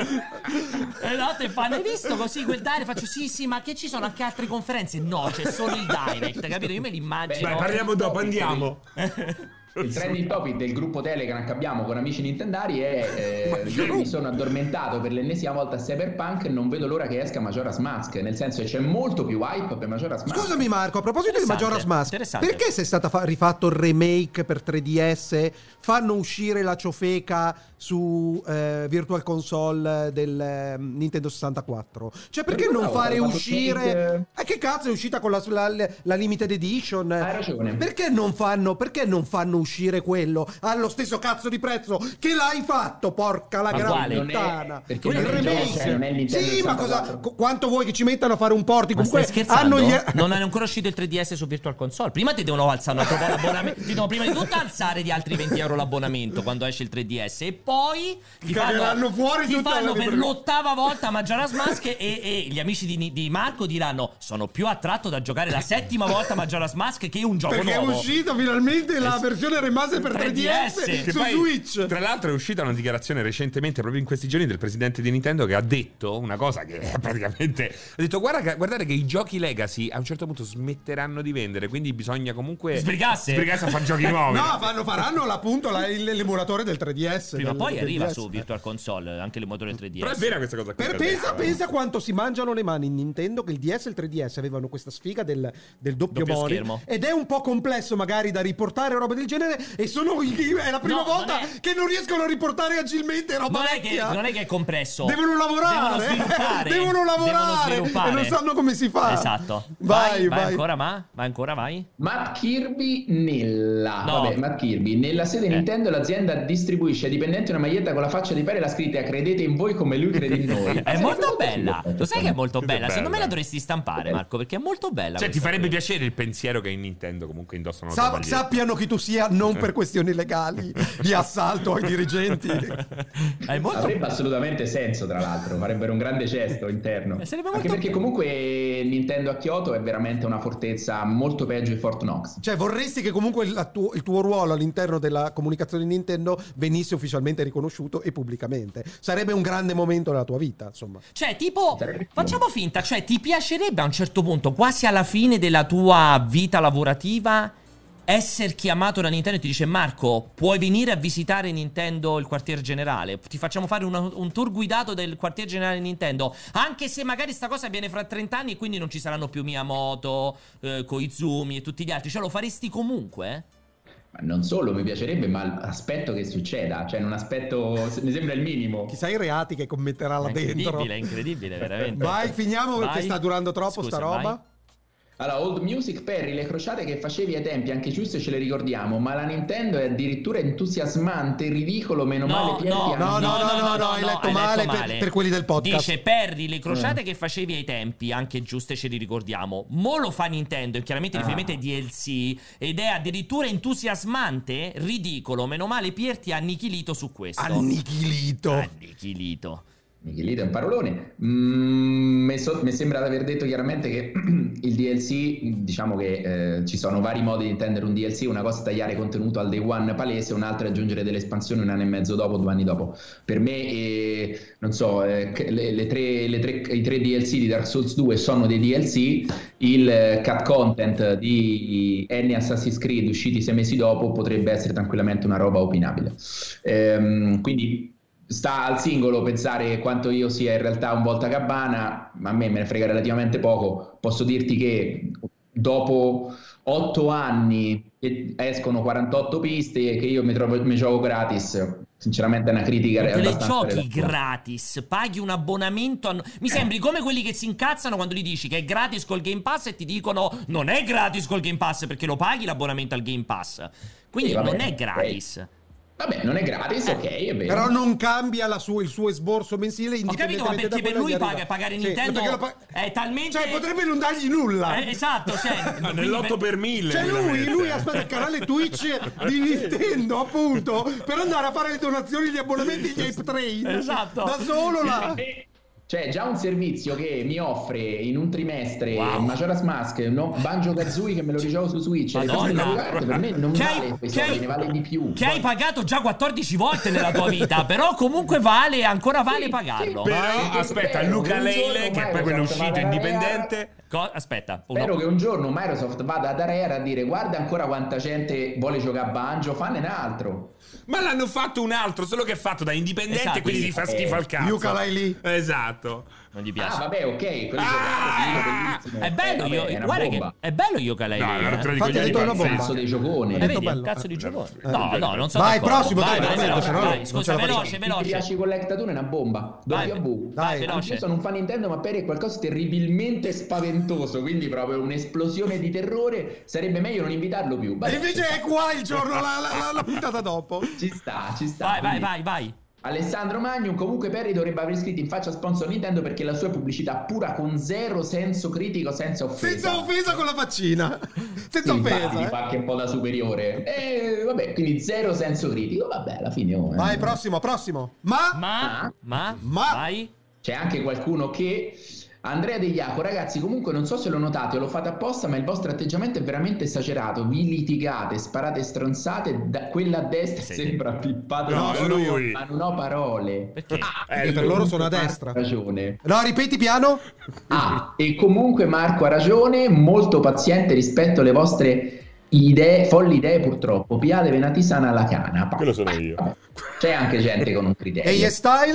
Esatto, e fanno: hai visto così quel Direct? Faccio sì, ma che ci sono anche altre conferenze? No, c'è solo il Direct, capito? Io me li immagino. Beh, parliamo dopo, andiamo. Il trending topic del gruppo Telegram che abbiamo con amici nintendari è io mi sono addormentato per l'ennesima volta a Cyberpunk e non vedo l'ora che esca Majora's Mask, nel senso che c'è molto più hype per Majora's Mask. Scusami Marco, a proposito di Majora's Mask, perché se è stato rifatto il remake per 3DS fanno uscire la ciofeca su Virtual Console del Nintendo 64? Cioè perché non fare uscire che cazzo è uscita con la limited edition? Hai ragione. Perché non fanno uscire quello allo stesso cazzo di prezzo che l'hai fatto, porca la gran puttana? Perché il remake non è Nintendo. Sì, ma quanto vuoi che ci mettano a fare un porting? Comunque stai scherzando? Non è ancora uscito il 3DS su Virtual Console. Prima ti devono alzare l'abbonamento. Ti devono prima di tutto alzare di altri 20 euro l'abbonamento quando esce il 3DS e poi ti fanno per l'8ª volta Majora's Mask e gli amici di Marco diranno: sono più attratto da giocare la 7ª volta Majora's Mask che un gioco nuovo. Perché è uscito finalmente la versione rimase per 3DS su Switch. Tra l'altro è uscita una dichiarazione recentemente, proprio in questi giorni, del presidente di Nintendo che ha detto una cosa che praticamente ha detto: guardate che i giochi Legacy a un certo punto smetteranno di vendere, quindi bisogna comunque sbrigarsi a fare giochi nuovi. No, faranno appunto l'emulatore del 3DS. Prima o poi arriva su Virtual Console anche l'emulatore del 3DS. Però è vera questa cosa qui. Pensa quanto si mangiano le mani in Nintendo, che il DS e il 3DS avevano questa sfiga del doppio monitor, ed è un po' complesso magari da riportare o roba del genere. genere e è la prima volta che non riescono a riportare agilmente roba vecchia. Non è che è compresso. Devono lavorare. Devono sviluppare. E non sanno come si fa. Esatto. Vai. Ancora, vai. Matt Kirby Matt Kirby. Nella sede Nintendo l'azienda distribuisce ai dipendenti una maglietta con la faccia di Pere e la scritta "Credete in voi come lui crede in noi". È molto bella. Lo sai che è molto bella? Secondo me la dovresti stampare, Marco, perché è molto bella. Cioè, ti farebbe piacere il pensiero che in Nintendo comunque indossano sappiano chi tu sia, non per questioni legali di assalto ai dirigenti. Avrebbe assolutamente senso, tra l'altro, farebbero un grande gesto interno. Anche perché comunque Nintendo a Kyoto è veramente una fortezza molto peggio di Fort Knox. Cioè, vorresti che comunque il tuo ruolo all'interno della comunicazione di Nintendo venisse ufficialmente riconosciuto e pubblicamente. Sarebbe un grande momento nella tua vita, insomma. Cioè, tipo, facciamo finta, cioè, ti piacerebbe a un certo punto, quasi alla fine della tua vita lavorativa, essere chiamato da Nintendo e ti dice: Marco, puoi venire a visitare Nintendo il quartier generale, ti facciamo fare un tour guidato del quartier generale di Nintendo, anche se magari sta cosa avviene fra 30 anni e quindi non ci saranno più Miyamoto, Koizumi e tutti gli altri, cioè lo faresti comunque? Ma non solo, mi piacerebbe, ma aspetto che succeda, cioè non aspetto, mi sembra il minimo. Chissà i reati che commetterà là dentro. È incredibile, veramente. Vai, finiamo perché sta durando troppo. Sta roba. Vai. Allora, Old Music, Perry, le crociate che facevi ai tempi, anche giuste, ce le ricordiamo, ma la Nintendo è addirittura entusiasmante, ridicolo, meno male Pierri. No, hai letto male per quelli del podcast. Dice: Perry, le crociate che facevi ai tempi, anche giuste, ce li ricordiamo. Mo lo fa Nintendo, e chiaramente riferimento ai DLC, ed è addirittura entusiasmante, ridicolo, meno male Pier ti ha annichilito su questo. Annichilito Michelito è un parolone. Mi sembra di aver detto chiaramente che il DLC, diciamo che ci sono vari modi di intendere un DLC. Una cosa è tagliare contenuto al day one palese, un'altra è aggiungere delle espansioni un anno e mezzo dopo, 2 anni dopo. Per me, non so, i 3 DLC di Dark Souls 2 sono dei DLC. Il cut content di Annie Assassin's Creed usciti 6 mesi dopo potrebbe essere tranquillamente una roba opinabile. Quindi sta al singolo pensare quanto io sia in realtà un voltagabbana, ma a me ne frega relativamente poco. Posso dirti che dopo 8 anni escono 48 piste e che io mi gioco gratis, sinceramente è una critica. Perché le giochi gratis, paghi un abbonamento mi sembri come quelli che si incazzano quando gli dici che è gratis col Game Pass e ti dicono non è gratis col Game Pass perché lo paghi l'abbonamento al Game Pass, quindi non è gratis. Okay. Vabbè, non è gratis, ok, è vero. Però non cambia il suo esborso mensile indipendentemente. Ho capito, ma perché per lui pagare Nintendo è talmente... Cioè, potrebbe non dargli nulla. Esatto, cioè... nell'8 per 1000. Cioè lui aspetta il canale Twitch di Nintendo, appunto, per andare a fare le donazioni, gli abbonamenti, gli Ape Train. Esatto. Da solo là. Cioè, già un servizio che mi offre in un trimestre Majora's Mask, Banjo-Kazooie che me lo rigioco su Switch, per me non vale quei soldi, ne vale di più. Che hai pagato già 14 volte nella tua vita, però comunque ancora vale pagarlo. Però aspetta, Luca Leile, che è poi quello uscito indipendente. Aspetta, spero che un giorno Microsoft vada da Rare a dire: guarda ancora quanta gente vuole giocare a Banjo, fanne un altro. Ma l'hanno fatto un altro, solo che è fatto da indipendente, esatto, quindi gli fa schifo al cazzo. Ukulele. Esatto. Non gli piace. Vabbè, ok. È bello, guarda che è bello Ukulele. No, infatti ha detto una bomba. Cazzo di giocone. Vedi, un cazzo di giocone. No, non so. Vai, prossimo, dai, scusa, veloce. Mi piace collectatore, è una bomba. W. Dai, veloce. Io sono un fan Nintendo, ma per è qualcosa di terribilmente spaventoso, quindi proprio un'esplosione di terrore. Sarebbe meglio non invitarlo più. E invece è qua il giorno, la puntata dopo. Ci sta. Vai. Alessandro Magnum, comunque Perry dovrebbe aver scritto in faccia sponsor Nintendo perché la sua pubblicità pura con zero senso critico, senza offesa. Senza offesa con la faccina. Senza offesa. Mi fa anche un po' da superiore. Vabbè, quindi zero senso critico. Vabbè, alla fine. Vai, prossimo. Ma. Vai. C'è anche qualcuno che... Andrea De Iaco, ragazzi, comunque non so se lo notate o lo fate apposta, ma il vostro atteggiamento è veramente esagerato. Vi litigate, sparate stronzate, quella a destra sembra pippato. No, è lui. Ma non ho parole. Perché? Per loro sono a destra. Ragione. No, ripeti piano. E comunque Marco ha ragione, molto paziente rispetto alle vostre folli idee, purtroppo. Piatevi una tisana alla canapa. Quello sono io. C'è anche gente con un criterio. E Styles?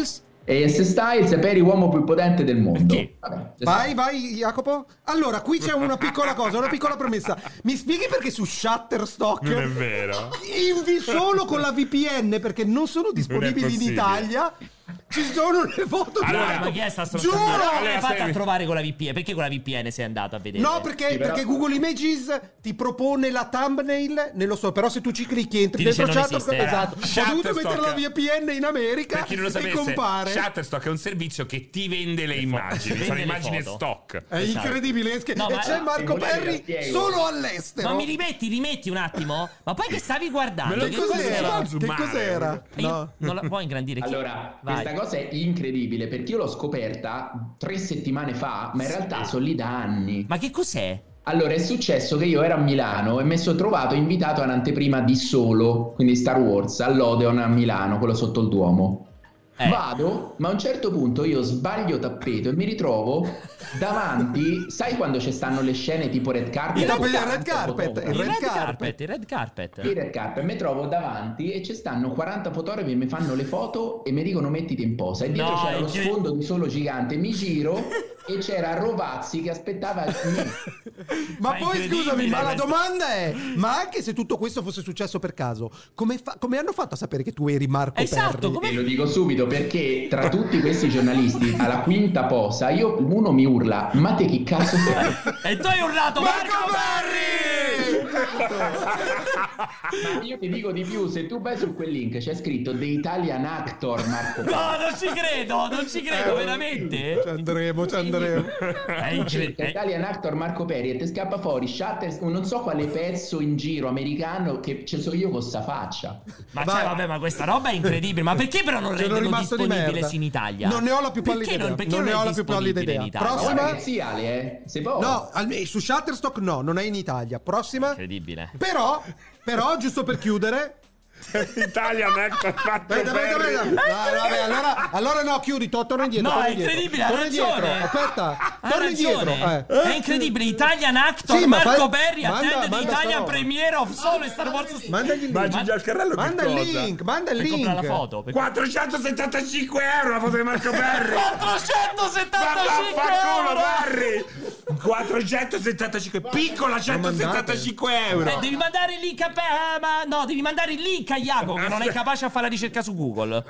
AS Styles per uomo più potente del mondo. Vabbè, vai Jacopo. Allora, qui c'è una piccola cosa, una piccola premessa. Mi spieghi perché su Shutterstock non è vero, invi solo con la VPN, perché non sono disponibili in Italia? Ci sono le foto. Allora, ma chi è sta Giuro! Come hai fatto a trovare con la VPN? Perché con la VPN sei andato a vedere? No, perché Google Images ti propone la thumbnail nello store. Però se tu ci clicchi entri dentro Shutterstock. Esatto. Ho dovuto mettere la VPN in America. Per chi non lo sapesse, compare. Shutterstock è un servizio che ti vende le immagini. Sono immagini stock. È incredibile. No, e c'è Marco Perry solo all'estero. Ma mi rimetti un attimo? Ma poi che stavi guardando? Che cos'era? No. Non la puoi ingrandire. Allora, questa cosa è incredibile perché io l'ho scoperta 3 settimane fa, ma in realtà sono lì da anni. Ma che cos'è? Allora, è successo che io ero a Milano e mi sono trovato invitato a un'anteprima di Solo, quindi Star Wars, all'Odeon a Milano, quello sotto il Duomo. Vado, ma a un certo punto io sbaglio tappeto e mi ritrovo davanti, sai quando ci stanno le scene tipo red carpet? Il red carpet, mi trovo davanti e ci stanno 40 fotografi che mi fanno le foto e mi dicono mettiti in posa, e dietro c'era lo sfondo di Solo gigante, mi giro e c'era Rovazzi che aspettava me. Ma poi scusami, ma la domanda è: ma anche se tutto questo fosse successo per caso, come hanno fatto a sapere che tu eri Marco Perry? E lo dico subito, perché tra tutti questi giornalisti alla quinta posa uno mi urla: ma te chi cazzo sei? E tu hai urlato Marco Perry! Ma io ti dico di più, se tu vai su quel link c'è scritto The Italian Actor Marco Perry. No, non ci credo veramente. Ci andremo. Italian Actor Marco Perry e ti scappa fuori Shutterstock, non so quale pezzo in giro americano che ci sono io con sta faccia. Ma questa roba è incredibile. Ma perché però non rendono disponibile in Italia? Non ne ho la più pallida idea. Prossima. Sì, Ale, se può. No, su Shutterstock non è in Italia. Prossima. Incredibile. Però giusto per chiudere, Italia allora no, chiudi, torna indietro. No, è incredibile, ha ragione. Aspetta, torna indietro. È incredibile. Italian Actor Marco Perry attende the Italian premiere of Solo e Star Wars. Manda il link. Manda il link. La foto. 475 euro la foto di Marco Perry. 475 euro. Perry. 475, piccola 175 euro. Devi mandare il link devi mandare il link a Jacopo che non è capace a fare la ricerca su Google.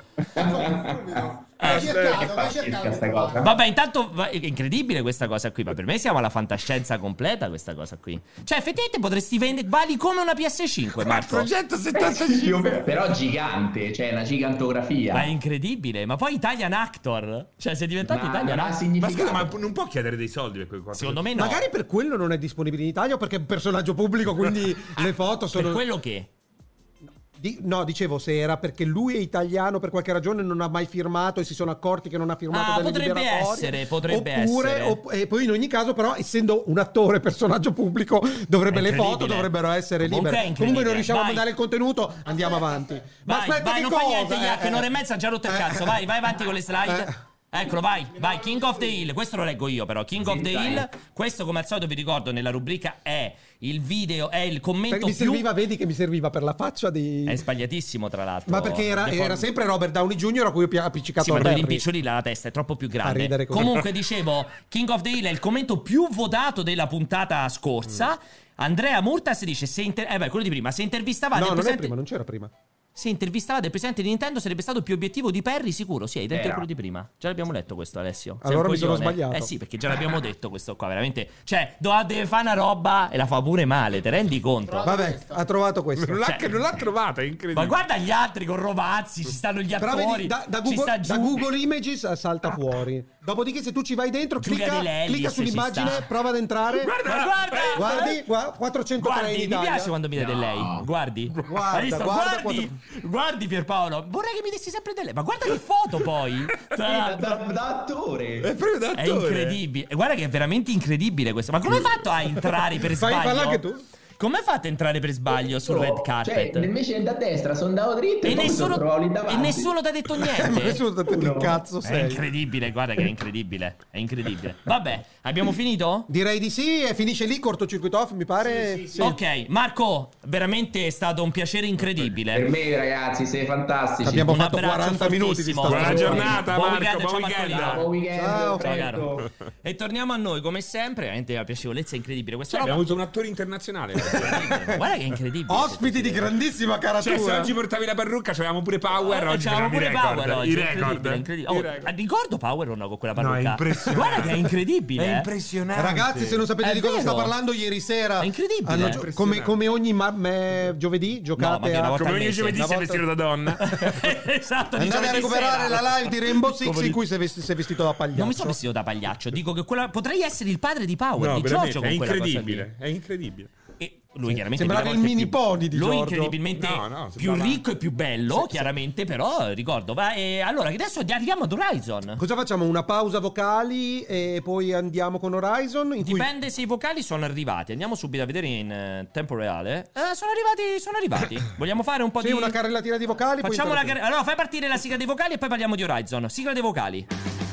Vai cercato. Vabbè, intanto è incredibile questa cosa qui. Ma per me siamo alla fantascienza completa questa cosa qui. Cioè effettivamente potresti vendere, vali come una PS5, Marco. 475 però gigante, cioè una gigantografia. Ma è incredibile. Ma poi Italian Actor, cioè sei diventato Italian Actor. Ma scusa, ma non può chiedere dei soldi per quel 400? Secondo me no. Magari per quello non è disponibile in Italia, perché è un personaggio pubblico, quindi le foto sono... Per quello che? No, dicevo, se era perché lui è italiano, per qualche ragione non ha mai firmato e si sono accorti che non ha firmato delle liberatorie. Potrebbe essere. E poi in ogni caso, però, essendo un attore, personaggio pubblico, le foto dovrebbero essere libere. Comunque non riusciamo a mandare il contenuto, andiamo avanti. Ma aspetta, vai, non fa niente, che un'ora e mezza ha già rotto il cazzo. Vai avanti con le slide. Eccolo, vai, King of the Hill. Questo lo leggo io però. King of the Hill. Questo, come al solito vi ricordo, nella rubrica è il video, è il commento vedi che mi serviva per la faccia di... È sbagliatissimo, tra l'altro. Ma perché era sempre Robert Downey Jr. a cui ho appiccicato ma devi rimpicciolire la testa, è troppo più grande. Comunque dicevo, King of the Hill è il commento più votato della puntata scorsa. Andrea Murtas dice quello di prima, se intervistavate non è prima, non c'era prima. Se intervistavate il presidente di Nintendo sarebbe stato più obiettivo di Perry, sicuro? Sì, hai detto quello di prima. Già l'abbiamo letto questo, Alessio. Allora mi sono sbagliato. Sì, perché già l'abbiamo detto questo qua, veramente. Cioè, deve fare una roba e la fa pure male, te rendi conto? Vabbè, ha trovato questo. Non l'ha trovata, è incredibile. Ma guarda gli altri con Rovazzi, ci stanno gli attori. Però vedi, da Google Images salta fuori. Dopodiché se tu ci vai dentro, clicca sull'immagine, prova ad entrare. Guardi, 403 in Italia. Mi piace quando mi date lei. Guardi Pierpaolo, vorrei che mi dessi sempre delle. Ma guarda che foto poi. Da attore. È proprio da attore. È incredibile. Guarda che è veramente incredibile questo. Ma come hai fatto a entrare per sbaglio? Falla anche tu. Come fate a entrare per sbaglio sul red carpet? Cioè, invece da destra sono andato dritto e nessuno ti ha detto niente. Nessuno ti ha detto che cazzo sei. È incredibile, guarda che è incredibile. È incredibile. Vabbè, abbiamo finito? Direi di sì, e finisce lì cortocircuito off, mi pare. Sì. Ok, Marco, veramente è stato un piacere incredibile. Per me, ragazzi, siete fantastici. Abbiamo fatto 40 minuti di storia. Buona giornata, buon Marco. Buon weekend. Ciao, caro. E torniamo a noi, come sempre. Veramente la piacevolezza è incredibile. Questa roba... Abbiamo avuto un attore internazionale. Guarda che è incredibile. Ospiti di grandissima caratura. Cioè, se oggi portavi la parrucca, c'avevamo pure Power. Oggi c'avevamo pure Power oggi. I record. Ricordo Power o no con quella parrucca? No, è impressionante. Guarda che è incredibile. È impressionante. Ragazzi, se non sapete di cosa sto parlando, ieri sera è incredibile. Come ogni giovedì giocate come ogni giovedì sei vestito da donna. Esatto. Andate a recuperare la live di Rainbow Six in cui sei vestito da pagliaccio. Non mi sono vestito da pagliaccio. Dico che potrei essere il padre di Power, no, di Giorgio. È incredibile. È incredibile. E lui chiaramente sembrava il mini pony di Giorgio. Lui incredibilmente più ricco e più bello, chiaramente, però ricordo. Allora, adesso arriviamo ad Horizon. Cosa facciamo? Una pausa vocali e poi andiamo con Horizon? Dipende se i vocali sono arrivati. Andiamo subito a vedere in tempo reale. Sono arrivati. Vogliamo fare un po' di... una carrellatina di vocali. Facciamo allora, fai partire la sigla dei vocali e poi parliamo di Horizon. Sigla dei vocali.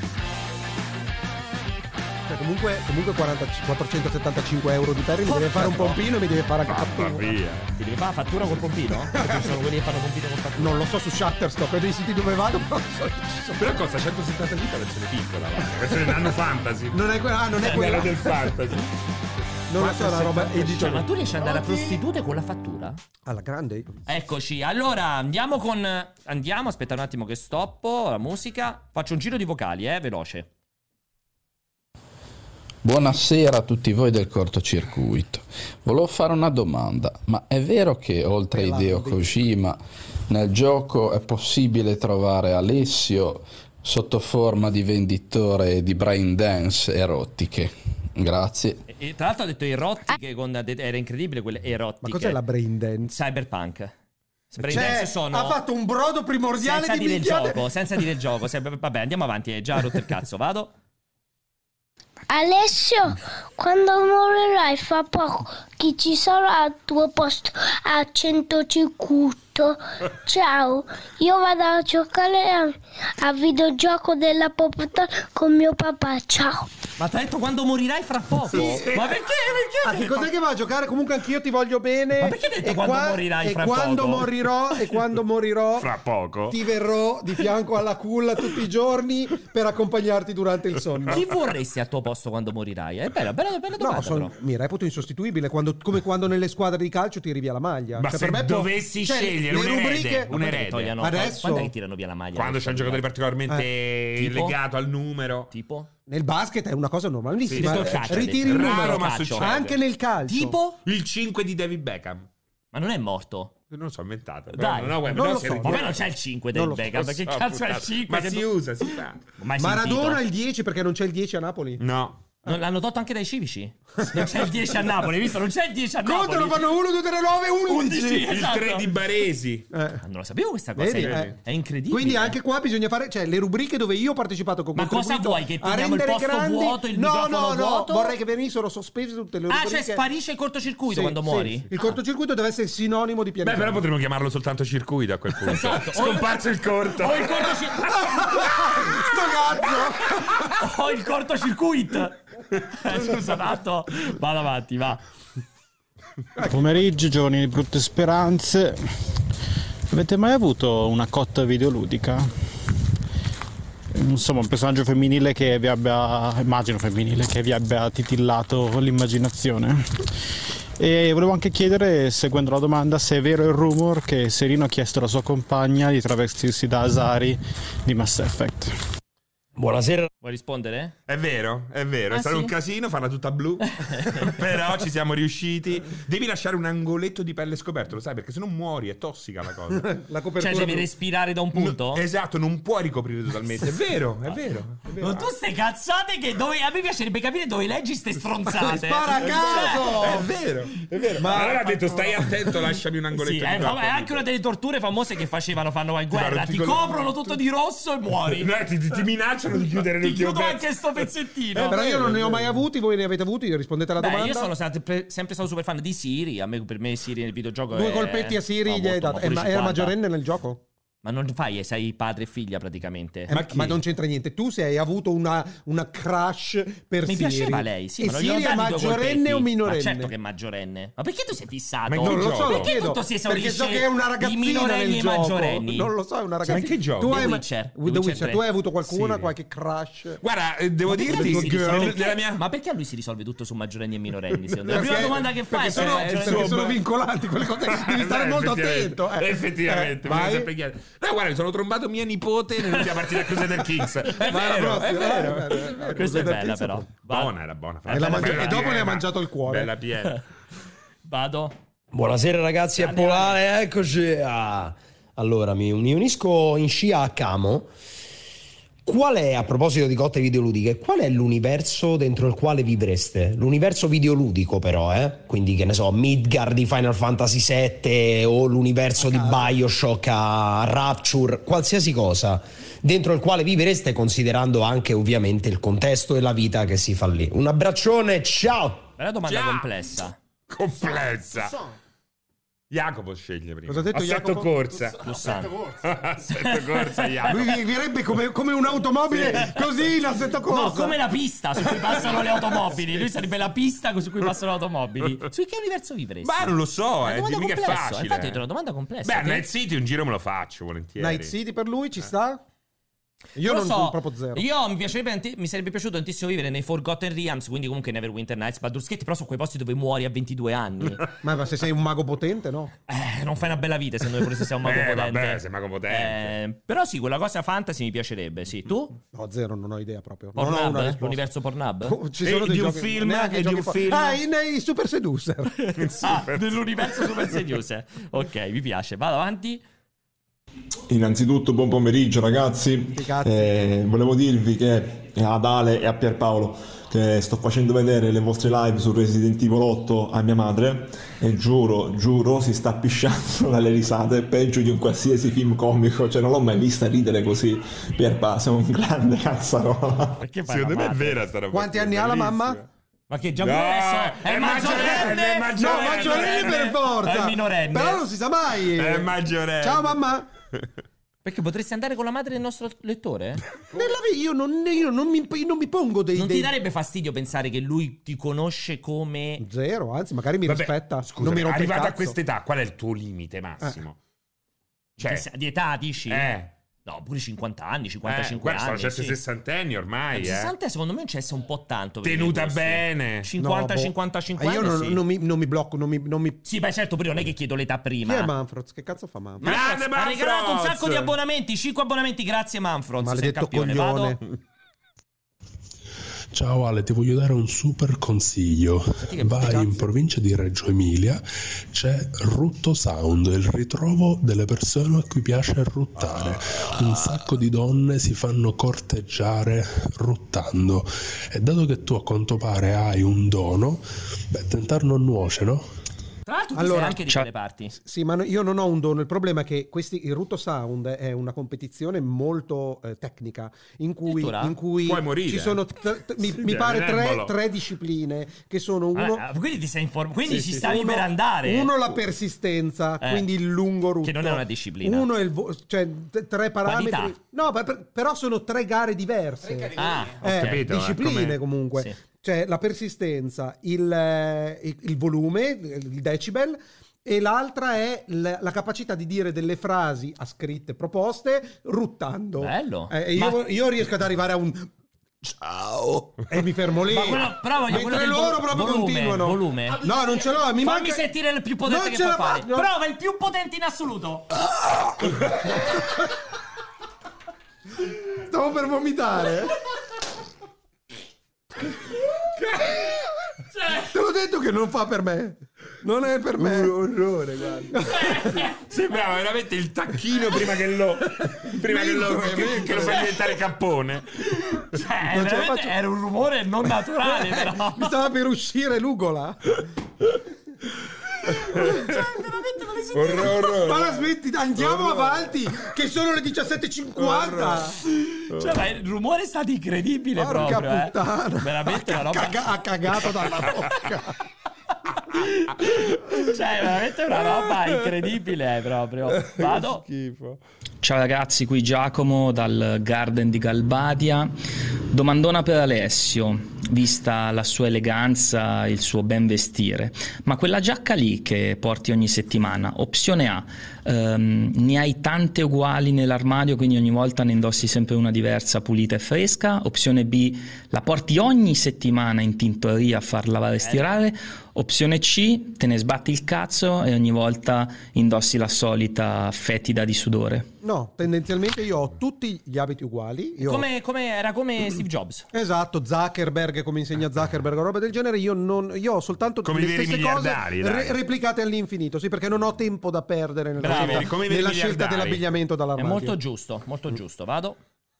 Comunque 475 euro di terra mi deve fare un pompino e mi deve fare anche fattura. Via. Ti devi fare la fattura col pompino? Perché sono quelli che fanno pompino col fattura. Non lo so su Shutterstock, è dei siti dove vado, però però costa 170 lire la versione piccola, la versione Nano Fantasy. Non è quella del Fantasy. Non lo so, la roba editoriale. Ma tu riesci ad andare a prostitute con la fattura? Alla grande? Eccoci, allora andiamo, aspetta un attimo che stoppo la musica. Faccio un giro di vocali, veloce. Buonasera a tutti voi del cortocircuito. Volevo fare una domanda, ma è vero che oltre a Hideo Kojima nel gioco è possibile trovare Alessio sotto forma di venditore di brain dance erotiche? Grazie. E tra l'altro ha detto erotiche, era incredibile quelle erotiche. Ma cos'è la brain dance? Cyberpunk. Brain dance sono... Ha fatto un brodo primordiale senza di dire il gioco, senza dire il gioco. Vabbè, andiamo avanti, è già rotto il cazzo, vado. Alessio, quando morirai fra poco, chi ci sarà al tuo posto a 150? Ciao, io vado a giocare a videogioco della Popotone con mio papà, ciao. Ma ti ha detto quando morirai fra poco? Sì. Ma perché? Che cos'è che va a giocare? Comunque anch'io ti voglio bene. Ma perché hai detto quando morirai fra poco? E quando morirò fra poco ti verrò di fianco alla culla tutti i giorni per accompagnarti durante il sonno. Chi vorresti al tuo posto quando morirai? È bella domanda. No, mi reputo insostituibile come quando nelle squadre di calcio tiri via la maglia. Ma se per me dovessi scegliere un erede. Adesso quando è che tirano via la maglia? Quando c'è un giocatore particolarmente legato al numero. Tipo? Nel basket è una cosa normalissima. Sì, ritiri il numero, ma succede. Anche nel calcio. Tipo? Il 5 di David Beckham. Ma non è morto? Non lo so, inventato. Dai, non lo so. Vabbè, non c'è il 5 del Beckham. Perché cazzo è il 5? Ma si usa, si fa. Maradona il 10 perché non c'è il 10 a Napoli? No. Non l'hanno tolto anche dai civici? Non c'è il 10 a Napoli, visto? Non c'è il 10 a Napoli. Conto lo fanno 1, 2, 3, 9, 11. Esatto. Il 3 di Baresi. Non lo sapevo questa cosa. È incredibile. Quindi anche qua bisogna fare, cioè, le rubriche dove io ho partecipato con contribuito. Ma cosa vuoi? Che teniamo il posto vuoto, il microfono vuoto? Vorrei che venissero sospese tutte le rubriche. Cioè sparisce il cortocircuito quando muori? Sì. Il cortocircuito deve essere sinonimo di pianeta. Beh, però potremmo chiamarlo soltanto circuito a quel punto. Esatto. Scomparso il corto. O il cortocircuito. Sto cazzo. O il cortocircuito. Scusa, tanto vado avanti, va. Pomeriggio, giorni di brutte speranze. Avete mai avuto una cotta videoludica? Insomma, un personaggio femminile che vi abbia, immagino femminile, che vi abbia titillato l'immaginazione? E volevo anche chiedere, seguendo la domanda, se è vero il rumor che Serino ha chiesto alla sua compagna di travestirsi da Asari di Mass Effect. Buonasera. Vuoi rispondere? È vero, è stato un casino farla tutta blu. Però ci siamo riusciti. Devi lasciare un angoletto di pelle scoperto, lo sai, perché se no muori, è tossica la cosa. La copertura. Cioè devi respirare da un punto? Esatto, non puoi ricoprire totalmente. È vero. Ma tu stai cazzate che a me piacerebbe capire dove leggi ste stronzate. Spara a caso. È vero. Ma allora ha detto stai attento, lasciami un angoletto di è anche una delle torture famose che fanno in guerra. Ti coprono tutto di rosso e muori. No, ti minacciano facciano di chiudere l'ultimo pezzo. Anche sto pezzettino. Però io non ne ho mai avuti, voi ne avete avuti? Rispondete alla domanda. Io sono sempre stato super fan di Siri. Per me Siri nel videogioco 2 colpetti a Siri gli hai dato. Era maggiorenne nel gioco? Ma non fai, sei padre e figlia praticamente. Ma non c'entra niente. Tu se hai avuto una crush per Siri. Mi piaceva lei, sì. E ma non Siri è maggiorenne o minorenne? Ma certo che è maggiorenne. Ma perché tu sei fissato? Ma non lo so, perché tutto si esaurisce? Perché so che è una ragazzina nel gioco. Maggiorenni. Non lo so, è una ragazzina. Ma in che gioco? Tu The Witcher. Tu hai avuto qualcuna, qualche crush? Guarda, devo dirti ma perché a lui si risolve tutto su maggiorenni e minorenni? La prima domanda che fai perché sono vincolanti quelle cose. Devi stare molto attento. Effettivamente. No, guarda, mi sono trombato mia nipote nell'ultima partita a Crusader Kings. È vero. Questa è bella però. Era buona. E dopo ne ha mangiato il cuore. Bella piena. Vado. Buonasera ragazzi, è Polare, eccoci. Allora, mi unisco in scia a Camo. Qual è, a proposito di cotte videoludiche, qual è l'universo dentro il quale vivreste? L'universo videoludico però, quindi che ne so, Midgard di Final Fantasy VII o l'universo di Bioshock a Rapture, qualsiasi cosa dentro il quale vivreste, considerando anche ovviamente il contesto e la vita che si fa lì. Un abbraccione, ciao! Bella domanda complessa. Jacopo sceglie prima. Cosa ha detto Assetto Jacopo? corsa. Assetto corsa, Jacopo. Lui viverebbe come un'automobile così in assetto corsa. No, come la pista su cui passano le automobili. Lui sarebbe la pista su cui passano le automobili. Su che universo vivresti? Ma non lo so, dimmi che è facile. Infatti è una domanda complessa. Beh, Night City un giro me lo faccio volentieri. Night City per lui ci sta? Io non so, proprio zero. Io mi sarebbe piaciuto tantissimo vivere nei Forgotten Realms, quindi comunque Neverwinter Nights, Baldur's Gate, però su quei posti dove muori a 22 anni. Ma se sei un mago potente, no? Non fai una bella vita se noi pure se sei un mago potente. Vabbè, sei mago potente. Però sì, quella cosa fantasy mi piacerebbe, sì. Tu? No, zero, non ho idea proprio. Pornhub? Non ho una risposta. L'universo Pornhub? Ci sono dei un film nei Super Seducer. Nell'universo Super Seducer. Ok, mi piace. Vado avanti. Innanzitutto buon pomeriggio ragazzi, volevo dirvi che ad Ale e a Pierpaolo che sto facendo vedere le vostre live su Resident Evil 8 a mia madre e giuro si sta pisciando dalle risate, peggio di un qualsiasi film comico, cioè non l'ho mai vista ridere così. Pierpa, sei un grande cazzarola. Secondo me è vera sta roba. Quanti anni ha la mamma? Ma che già adesso è maggiorenne? No, maggiorenne per forza. È minorenne. Però non si sa mai. È maggiorenne. Ciao mamma. Perché potresti andare con la madre del nostro lettore? Io non mi pongo dei... Non ti darebbe fastidio pensare che lui ti conosce come... Zero, anzi magari mi rispetta. Scusa, non mi rompe arrivato il a cazzo. quest'età, qual è il tuo limite massimo? Cioè, di età dici? No, pure 50 anni, 55 anni. Sono certi sessantenni ormai. 60 secondo me non c'è un po' tanto. Tenuta bene. 50-55 anni. Io non mi blocco, non mi... Sì, beh, certo, pure non è che chiedo l'età prima. Chi è Manfroz? Che cazzo fa Manfroz? Grande Manfroz! Ha regalato un sacco di abbonamenti, 5 abbonamenti, grazie Manfroz. Maledetto coglione. Ciao Ale, ti voglio dare un super consiglio. Vai in provincia di Reggio Emilia, c'è Rutto Sound, il ritrovo delle persone a cui piace ruttare. Un sacco di donne si fanno corteggiare ruttando. E dato che tu a quanto pare hai un dono, tentar non nuoce, no? Tra l'altro tu sei anche di quelle parti. Sì, ma io non ho un dono. Il problema è che il Rutto Sound è una competizione molto tecnica in cui puoi morire. Ci sono mi pare tre discipline che sono uno. Quindi ti sei informato, quindi ci stavi per andare. Uno la persistenza, quindi il lungo rutto. Che non è una disciplina. Uno è cioè 3 parametri. Qualità. No, però sono 3 gare diverse. Capito, discipline comunque. Sì. Cioè la persistenza, il volume, il decibel, e l'altra è la capacità di dire delle frasi a scritte proposte ruttando. Bello. Io riesco ad arrivare a un ciao e mi fermo lì. Però mentre loro proprio continuano. Volume. No, non ce l'ho. Fammi sentire il più potente che puoi fare. Prova il più potente in assoluto. Stavo per vomitare. Te l'ho detto che non fa per me. Non è per me. Un orrore, guarda. Sembrava veramente il tacchino prima che lo fa diventare cappone. Cioè, veramente era un rumore non naturale, però. Mi stava per uscire l'ugola. Ma la smetti, andiamo avanti, che sono le 17:50. Cioè, ma il rumore è stato incredibile. Porca proprio, puttana. Veramente una roba. Ha cagato dalla bocca. Cioè, veramente una roba incredibile proprio. Vado. Schifo. Ciao ragazzi, qui Giacomo dal Garden di Galbadia. Domandona per Alessio, vista la sua eleganza, il suo ben vestire. Ma quella giacca lì che porti ogni settimana, opzione A, ne hai tante uguali nell'armadio, quindi ogni volta ne indossi sempre una diversa, pulita e fresca? Opzione B, la porti ogni settimana in tintoria a far lavare e stirare? Opzione C, te ne sbatti il cazzo e ogni volta indossi la solita fetida di sudore? No, tendenzialmente io ho tutti gli abiti uguali. Era come Steve Jobs. Esatto, Zuckerberg, come insegna Zuckerberg o roba del genere. Io ho soltanto come le stesse cose replicate all'infinito. Sì, perché non ho tempo da perdere nella scelta dell'abbigliamento dall'armadio. È molto giusto, molto giusto. Vado.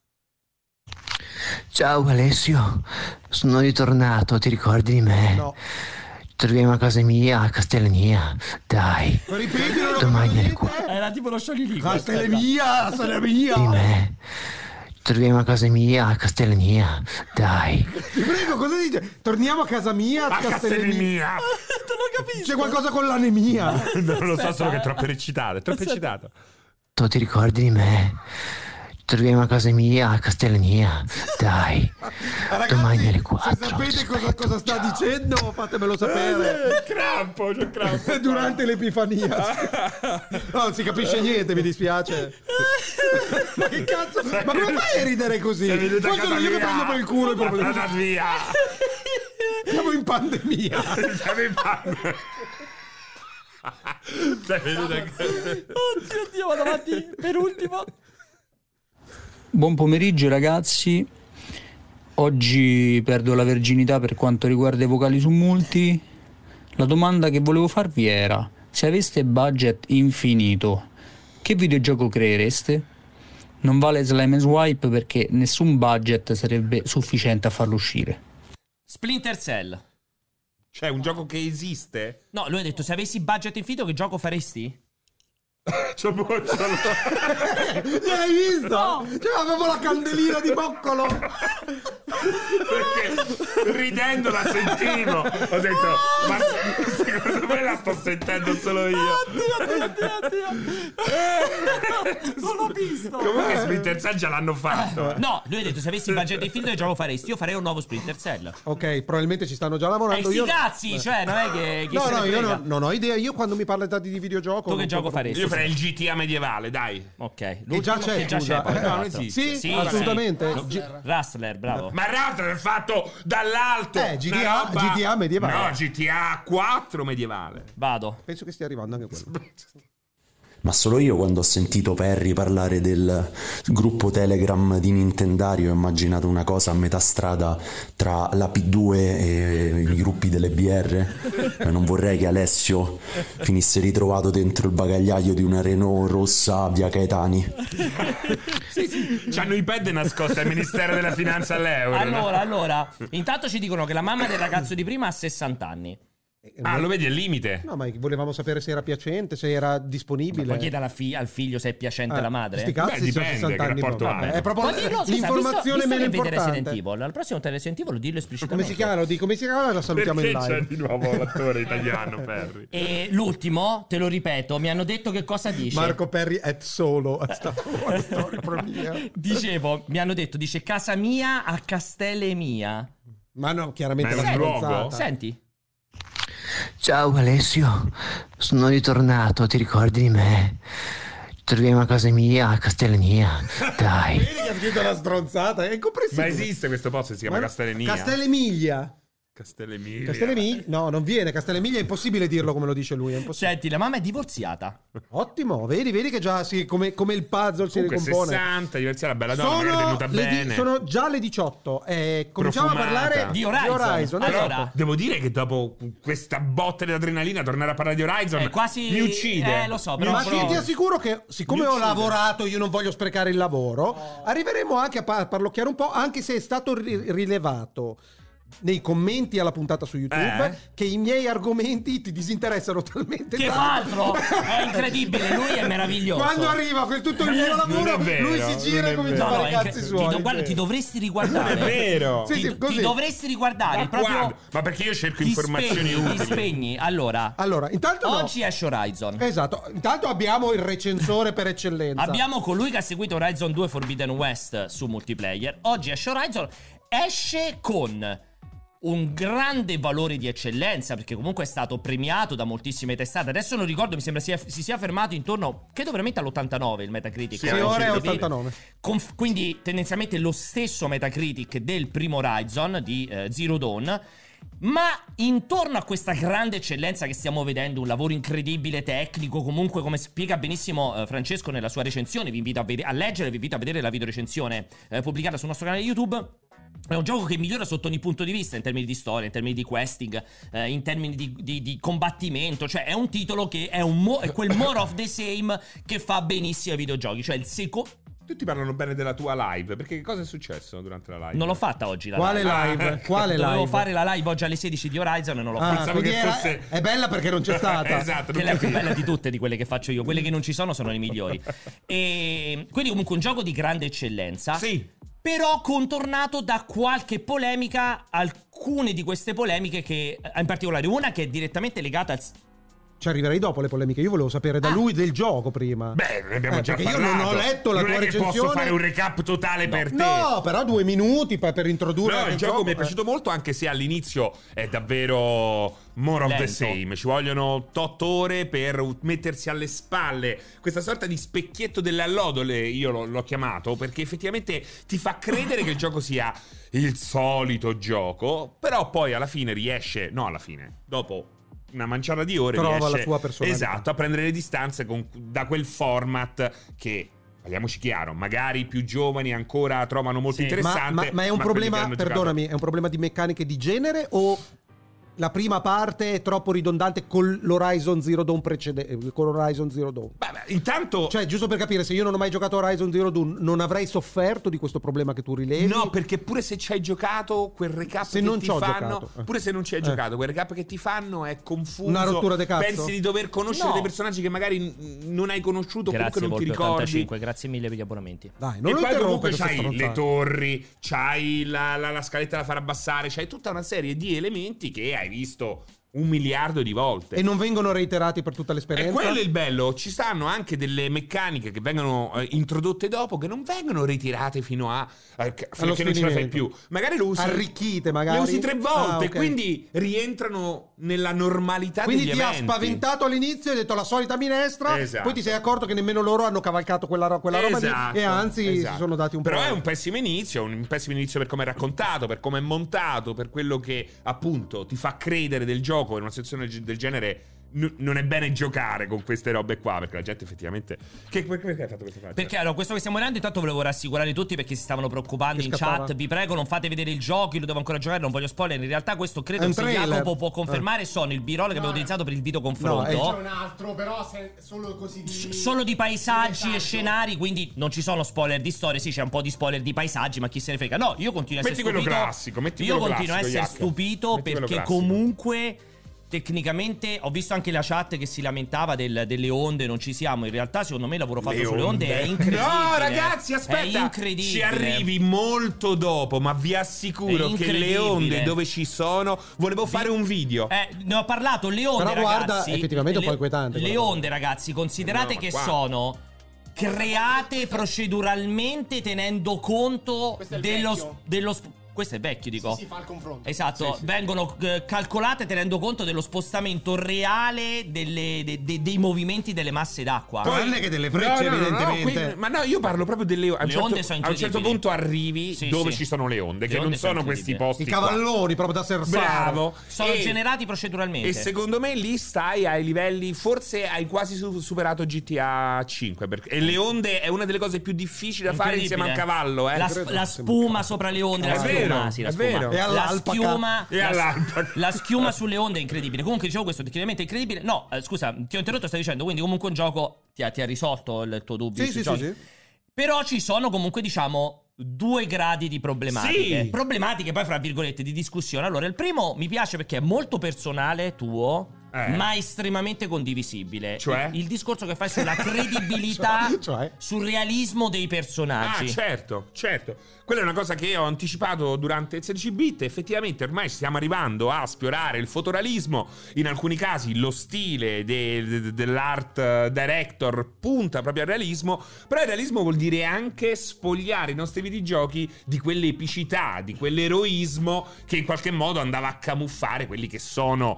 Ciao Alessio, sono ritornato, ti ricordi di me? No. Troviamo a casa mia a Castellania, dai. Ripetilo, domani alle 4. Era tipo lo scioglimento. Castellania. Di me. Troviamo a casa mia a Castellania, dai. Ti prego, cosa dice? Torniamo a casa mia a Castellania. Non lo capisco. C'è qualcosa con l'anemia. Non lo so, solo che è troppo recitato. È troppo recitato. Tu ti ricordi di me? Troviamo a casa mia a Castellania, dai. Ragazzi, domani alle 4. se sapete cosa sta dicendo, fatemelo sapere. C'è crampo. Durante l'Epifania. No, non si capisce niente, mi dispiace. Ma che cazzo? Ma come fai a ridere così? Poi sono io che prendo per il culo proprio. Via. Siamo in pandemia. Oddio, vado avanti per ultimo. Buon pomeriggio ragazzi, oggi perdo la verginità per quanto riguarda i vocali su multi. La domanda che volevo farvi era: se aveste budget infinito, che videogioco creereste? Non vale Slime and Swipe perché nessun budget sarebbe sufficiente a farlo uscire. Splinter Cell. Cioè un gioco che esiste? No, lui ha detto: se avessi budget infinito, che gioco faresti? L'hai visto? No. Cioè, avevo la candelina di boccolo. Perché ridendo la sentivo. Ho detto, ma secondo me la sto sentendo solo io. Oddio. Non l'ho visto. Comunque Splinter Cell già l'hanno fatto. No, lui ha detto: se avessi il budget infinito, che gioco faresti? Io farei un nuovo Splinter Cell. Ok, probabilmente ci stanno già lavorando. Sti cazzi, cioè, non è che no, io non ho idea. Io quando mi parlate di videogioco, tu che gioco faresti? Io farei il GTA medievale, dai. Ok. Che già c'è. Non esiste. Sì, assolutamente. Rustler, bravo. Ma Rustler è fatto dall'alto. GTA medievale. No, GTA 4 medievale. Vado. Penso che stia arrivando anche quello. Ma solo io, quando ho sentito Perry parlare del gruppo Telegram di Nintendario, ho immaginato una cosa a metà strada tra la P2 e i gruppi delle BR. Non vorrei che Alessio finisse ritrovato dentro il bagagliaio di una Renault rossa a Via Caetani. Sì. C'hanno i pad nascosti al Ministero della Finanza all'euro. Allora, intanto ci dicono che la mamma del ragazzo di prima ha 60 anni. Lo vedi, è il limite. No, ma volevamo sapere se era piacente, se era disponibile. Ma chiede al figlio se è piacente la madre. Sti cazzi, dipende, che rapporto ha. È proprio l'informazione meno importante. Al prossimo Resident Evil dillo esplicitamente. Come si chiama? La salutiamo in live. C'è di nuovo l'attore italiano Perry. E l'ultimo, te lo ripeto, mi hanno detto che cosa dice. Marco Perry è solo. Dicevo, mi hanno detto, dice casa mia a Castellemia. Ma no, chiaramente è un luogo. Senti. Ciao Alessio, sono ritornato, ti ricordi di me? Troviamo a casa mia a Castellania, dai. Vedi che ha scritto la stronzata, è incomprensibile. Ma esiste questo posto, si chiama Castellania? Castellemiglia. Castellemiglia? No, non viene. Castellemiglia è impossibile dirlo come lo dice lui. Senti, la mamma è divorziata. Ottimo, vedi che già come il puzzle si ricompone. 60, diversa la bella donna, magari è venuta bene. Sono già le 18. Cominciamo a parlare di Horizon. Allora, devo dire che dopo questa botta di adrenalina tornare a parlare di Horizon quasi mi uccide. Lo so, ma ti assicuro che siccome ho lavorato, io non voglio sprecare il lavoro, arriveremo anche a parlocchiare un po', anche se è stato rilevato nei commenti alla puntata su YouTube che i miei argomenti ti disinteressano talmente che tanto. altro è incredibile, lui è meraviglioso. Quando arriva tutto il mio lavoro, lui si gira e comincia a fare i cazzi suoi. Guarda, ti dovresti riguardare. Non è vero. Sì, ti dovresti riguardare proprio. Ma perché io cerco informazioni utili. Ti spegni. Allora, intanto oggi esce Horizon. Esatto. Intanto abbiamo il recensore per eccellenza. Abbiamo colui che ha seguito Horizon 2 Forbidden West su multiplayer. Oggi esce Horizon, esce con un grande valore di eccellenza, perché comunque è stato premiato da moltissime testate. Adesso non ricordo, mi sembra si sia fermato intorno, credo veramente all'89 il Metacritic. Sì, ora è 89. Quindi tendenzialmente lo stesso Metacritic del primo Horizon di Zero Dawn. Ma intorno a questa grande eccellenza che stiamo vedendo, un lavoro incredibile tecnico, comunque come spiega benissimo Francesco nella sua recensione, vi invito a leggere, vi invito a vedere la videorecensione pubblicata sul nostro canale YouTube. È un gioco che migliora sotto ogni punto di vista, in termini di storia, in termini di questing, in termini di combattimento. Cioè è un titolo che è quel more of the same che fa benissimo ai videogiochi. Cioè il secondo... Tutti parlano bene della tua live, perché che cosa è successo durante la live? Non l'ho fatta oggi la live. Quale live? Dovevo fare la live oggi alle 16 di Horizon e non l'ho fatta. Pensavo che fosse... È bella perché non c'è stata. Esatto. Che è la più bella di tutte di quelle che faccio io. Quelle che non ci sono le migliori. E quindi comunque un gioco di grande eccellenza. Sì. Però contornato da qualche polemica, alcune di queste polemiche che, in particolare una che è direttamente legata al... Ci arriverei dopo le polemiche. Io volevo sapere da lui del gioco prima. Beh, ne abbiamo già parlato. Io non ho letto la tua recensione. Posso fare un recap totale per te. No, però 2 minuti per introdurre. No, il gioco mi è piaciuto molto, anche se all'inizio è davvero more of the same. Ci vogliono 8 ore per mettersi alle spalle questa sorta di specchietto delle allodole, io l'ho chiamato, perché effettivamente ti fa credere che il gioco sia il solito gioco, però poi alla fine riesce, dopo una manciata di ore trova riesce, la sua personalità. Esatto, a prendere le distanze da quel format che, parliamoci chiaro, magari i più giovani ancora trovano molto interessante. Ma è un problema, perdonami, è un problema di meccaniche di genere o la prima parte è troppo ridondante con l'Horizon Zero Dawn precedente, con Horizon Zero Dawn? Beh, intanto, cioè, giusto per capire, se io non ho mai giocato Horizon Zero Dawn, non avrei sofferto di questo problema che tu rilevi? No, perché pure se ci hai giocato, quel recap se che non ti ci ho fanno, giocato. Pure se non ci hai giocato, quel recap che ti fanno è confuso. Una rottura de cazzo. Pensi di dover conoscere dei personaggi che magari non hai conosciuto, grazie, comunque non ti ricordi. 85, grazie mille per gli abbonamenti. Dai, non e lo poi comunque c'hai c'hai le torri, c'hai la scaletta da far abbassare, c'hai tutta una serie di elementi che hai visto 1 miliardo di volte e non vengono reiterati per tutta l'esperienza. E quello è il bello. Ci stanno anche delle meccaniche che vengono introdotte dopo, che non vengono ritirate fino a finché non ce la fai più. Magari lo usi arricchite, magari le usi 3 volte, okay. Quindi rientrano nella normalità quindi degli eventi. Quindi ti ha spaventato all'inizio, hai detto la solita minestra, esatto. Poi ti sei accorto che nemmeno loro hanno cavalcato quella roba esatto, lì, e anzi si sono dati un Però po'. Però è un pessimo inizio per come è raccontato, per come è montato, per quello che appunto ti fa credere del gioco in una situazione del genere. Non è bene giocare con queste robe qua, perché la gente effettivamente... Perché hai fatto questa faccia? Perché allora, questo che stiamo vedendo, intanto volevo rassicurare tutti perché si stavano preoccupando in chat. Vi prego, non fate vedere il gioco, io lo devo ancora giocare, non voglio spoiler. In realtà questo credo che Jacopo può confermare, sono il B-roll che abbiamo utilizzato per il video confronto. C'è un altro, però solo così solo di paesaggi e scenari, quindi non ci sono spoiler di storie. Sì, c'è un po' di spoiler di paesaggi, ma chi se ne frega. No, io continuo a essere stupito. Io continuo a essere stupito perché comunque... Tecnicamente ho visto anche la chat che si lamentava delle onde, non ci siamo. In realtà secondo me il lavoro fatto sulle onde è incredibile. No ragazzi, aspetta, è incredibile. Ci arrivi molto dopo, ma vi assicuro che le onde dove ci sono, volevo fare un video. Ne ho parlato, le onde, però ragazzi, guarda, effettivamente è un po' inquietante. Le onde, ragazzi, considerate che sono create proceduralmente tenendo conto dello questo è vecchio, dico. Si fa il confronto. Esatto, sì. Vengono calcolate tenendo conto dello spostamento reale dei movimenti delle masse d'acqua. Tranne che delle frecce, evidentemente. Ma no, io parlo proprio delle onde. Le onde sono incredibili. A un certo punto arrivi dove ci sono le onde, che non sono questi posti. I cavalloni proprio da sersare. Bravo. Sono generati proceduralmente. E secondo me lì stai ai livelli, forse hai quasi superato GTA 5. E le onde è una delle cose più difficili da fare insieme al cavallo. La spuma sopra le onde, è vero. E la schiuma sulle onde è incredibile. Comunque dicevo questo, tecnicamente incredibile. No, scusa, ti ho interrotto, stai dicendo. Quindi comunque un gioco ti ha risolto il tuo dubbio. Sì. Però ci sono comunque, diciamo, due gradi di problematiche. Sì. Problematiche poi fra virgolette di discussione. Allora, il primo mi piace perché è molto personale tuo, ma estremamente condivisibile. Cioè? Il discorso che fai sulla credibilità, Cioè? sul realismo dei personaggi. Certo. Quella è una cosa che ho anticipato durante il 16 bit. Effettivamente ormai stiamo arrivando a sfiorare il fotorealismo. In alcuni casi lo stile dell'art director punta proprio al realismo. Però il realismo vuol dire anche spogliare i nostri videogiochi di quell'epicità, di quell'eroismo che in qualche modo andava a camuffare quelli che sono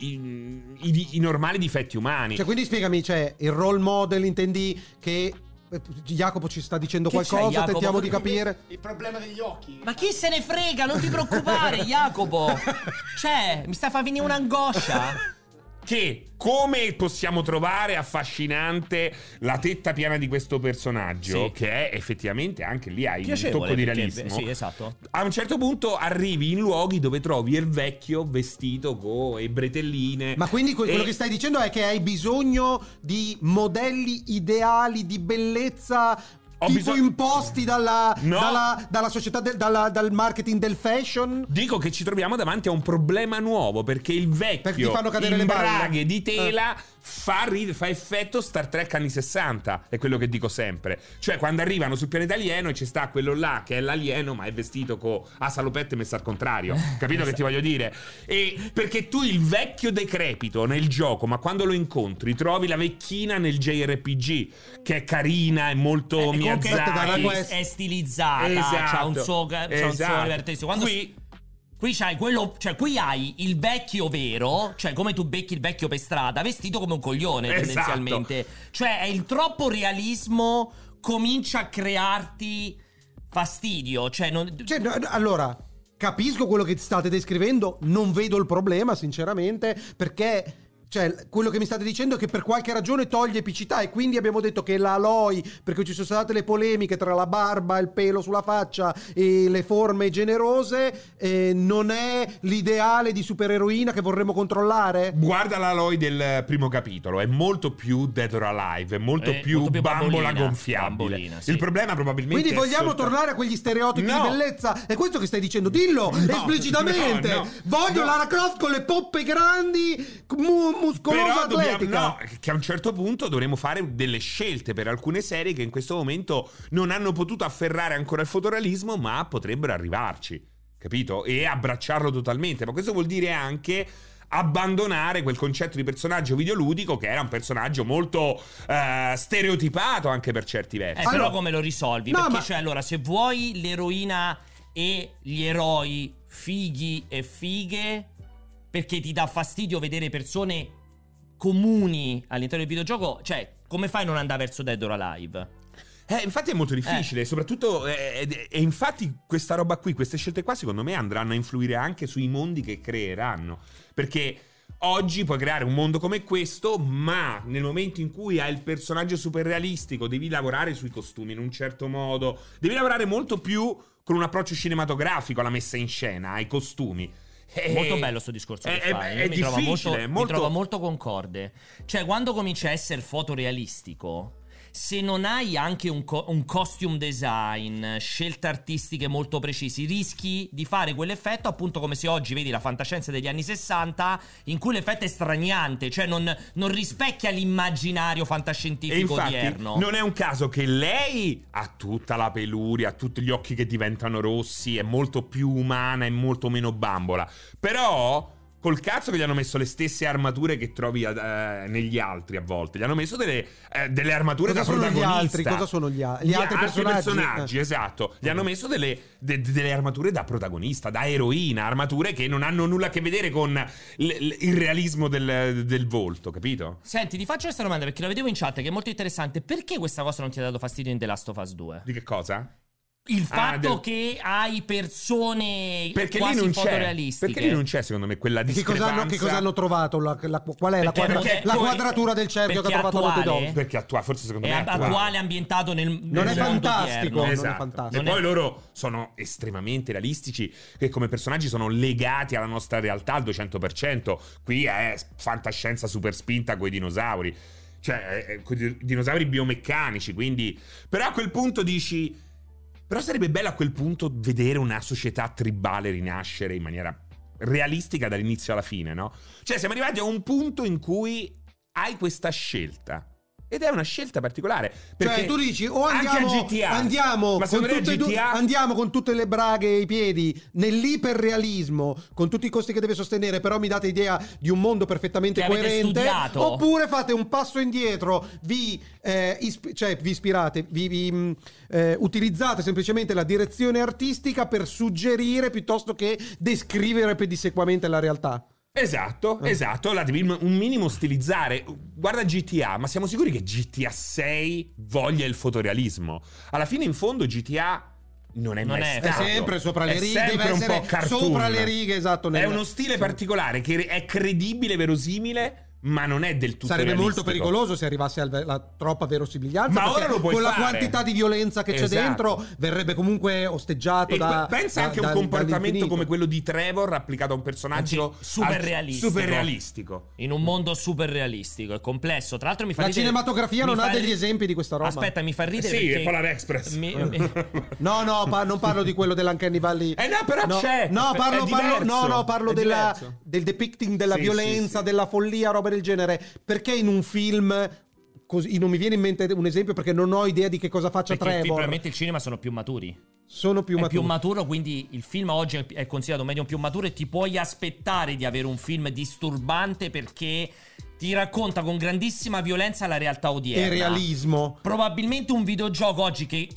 i normali difetti umani. Cioè, quindi spiegami, cioè, il role model intendi che Jacopo ci sta dicendo Che qualcosa, c'è, Jacopo? tentiamo di capire. Il problema degli occhi. Ma chi se ne frega, non ti preoccupare, Jacopo. Cioè, mi sta a far venire un'angoscia. Che come possiamo trovare affascinante la tetta piena di questo personaggio, Sì. che è effettivamente anche lì hai un Piacevole, tocco di perché- realismo. sì, esatto. A un certo punto arrivi in luoghi dove trovi il vecchio vestito con le bretelline. Ma quindi quello che stai dicendo è che hai bisogno di modelli ideali di bellezza imposti dalla società, dal marketing del fashion? Dico che ci troviamo davanti a un problema nuovo, perché il vecchio ti fanno cadere in le balle. braghe di tela fa effetto Star Trek anni 60. È quello che dico sempre. Cioè, quando arrivano sul pianeta alieno e ci sta quello là che è l'alieno ma è vestito con salopette messe al contrario. Capito che ti voglio dire? E perché tu il vecchio decrepito nel gioco, ma quando lo incontri trovi la vecchina nel JRPG che è carina, è molto Miyazaki, è stilizzata, esatto, c'ha un suo divertente. Quando qui c'hai quello, cioè qui hai il vecchio vero, cioè come tu becchi il vecchio per strada, vestito come un coglione, tendenzialmente. Cioè è il troppo realismo comincia a crearti fastidio, allora capisco quello che state descrivendo, non vedo il problema sinceramente, perché cioè, quello che mi state dicendo è che per qualche ragione toglie epicità, e quindi abbiamo detto che l'Aloy, perché ci sono state le polemiche tra la barba, il pelo sulla faccia e le forme generose, non è l'ideale di supereroina che vorremmo controllare? Guarda l'Aloy del primo capitolo, è molto più Dead or Alive, è molto più bambola gonfiabile. Sì. Il problema probabilmente quindi vogliamo tornare a quegli stereotipi di bellezza? È questo che stai dicendo? Dillo esplicitamente. Voglio Lara Croft con le poppe grandi, muscolosa, atletica. Che a un certo punto dovremo fare delle scelte per alcune serie che in questo momento non hanno potuto afferrare ancora il fotorealismo, ma potrebbero arrivarci, capito? E abbracciarlo totalmente. Ma questo vuol dire anche abbandonare quel concetto di personaggio videoludico che era un personaggio molto stereotipato anche per certi versi. Però come lo risolvi? Perché cioè, allora, se vuoi l'eroina e gli eroi fighi e fighe, perché ti dà fastidio vedere persone comuni all'interno del videogioco, cioè come fai a non andare verso Dead or Alive? Infatti è molto difficile, soprattutto e infatti questa roba qui, queste scelte qua secondo me andranno a influire anche sui mondi che creeranno, perché oggi puoi creare un mondo come questo, ma nel momento in cui hai il personaggio super realistico devi lavorare sui costumi in un certo modo, devi lavorare molto più con un approccio cinematografico alla messa in scena, ai costumi. Molto bello sto discorso che fai. Mi trovo molto concorde. Cioè, quando comincia a essere fotorealistico, se non hai anche un costume design, scelte artistiche molto precisi, rischi di fare quell'effetto appunto come se oggi vedi la fantascienza degli anni 60, in cui l'effetto è straniante, cioè non rispecchia l'immaginario fantascientifico odierno. Non è un caso che lei ha tutta la peluria, ha tutti gli occhi che diventano rossi, è molto più umana e molto meno bambola. Però col cazzo che gli hanno messo le stesse armature che trovi negli altri a volte. Gli hanno messo delle armature da protagonista. Cosa sono gli altri personaggi? Esatto. Gli hanno messo delle armature da protagonista, da eroina, armature che non hanno nulla a che vedere con il realismo del volto, capito? Senti, ti faccio questa domanda perché la vedevo in chat che è molto interessante. Perché questa cosa non ti ha dato fastidio in The Last of Us 2? Di che cosa? Il fatto che hai persone perché quasi lì non fotorealistiche. Perché lì non c'è, secondo me, quella discrepanza. Che cosa hanno trovato? Qual è la quadratura del cerchio che ha trovato Naughty Dog? Perché forse secondo me è attuale, ambientato nel non è fantastico. Esatto. Non è fantastico. E poi loro sono estremamente realistici, che come personaggi sono legati alla nostra realtà al 200%. Qui è fantascienza super spinta coi dinosauri. Cioè, coi dinosauri biomeccanici, quindi. Però a quel punto dici: Però sarebbe bello a quel punto vedere una società tribale rinascere in maniera realistica dall'inizio alla fine, no? Cioè siamo arrivati a un punto in cui hai questa scelta. Ed è una scelta particolare. Perché cioè tu dici o andiamo, anche a GTA, andiamo, ma con tutte GTA... andiamo con tutte le braghe e i piedi nell'iperrealismo, con tutti i costi che deve sostenere, però mi date idea di un mondo perfettamente coerente, oppure fate un passo indietro, vi ispirate, utilizzate semplicemente la direzione artistica per suggerire piuttosto che descrivere pedissequamente la realtà. Esatto, la devi un minimo stilizzare. Guarda GTA, ma siamo sicuri che GTA 6 voglia il fotorealismo? Alla fine, in fondo, GTA non è mai stato. È sempre sopra le righe, sempre deve un essere po' cartoon. sopra le righe, esatto. È uno stile particolare che è credibile, verosimile, ma non è del tutto sarebbe realistico. Molto pericoloso se arrivasse alla troppa verosimiglianza, ma ora lo puoi con fare. La quantità di violenza che c'è dentro verrebbe comunque osteggiato pensa anche a un comportamento come quello di Trevor applicato a un personaggio super realistico in un mondo super realistico e complesso. Tra l'altro mi fa ridere, cinematografia non ha degli esempi di questa roba. Aspetta, mi fa ridere sì, perché Polar Express no, non parlo di quello dell'Uncanny Valley. No, però c'è. No, parlo del depicting della violenza, della follia, roba del genere. Perché in un film così non mi viene in mente un esempio, perché non ho idea di che cosa faccia Trevor. Probabilmente il cinema sono più maturi. È più maturo, quindi il film oggi è considerato un medium più maturo e ti puoi aspettare di avere un film disturbante perché ti racconta con grandissima violenza la realtà odierna e realismo. Probabilmente un videogioco oggi che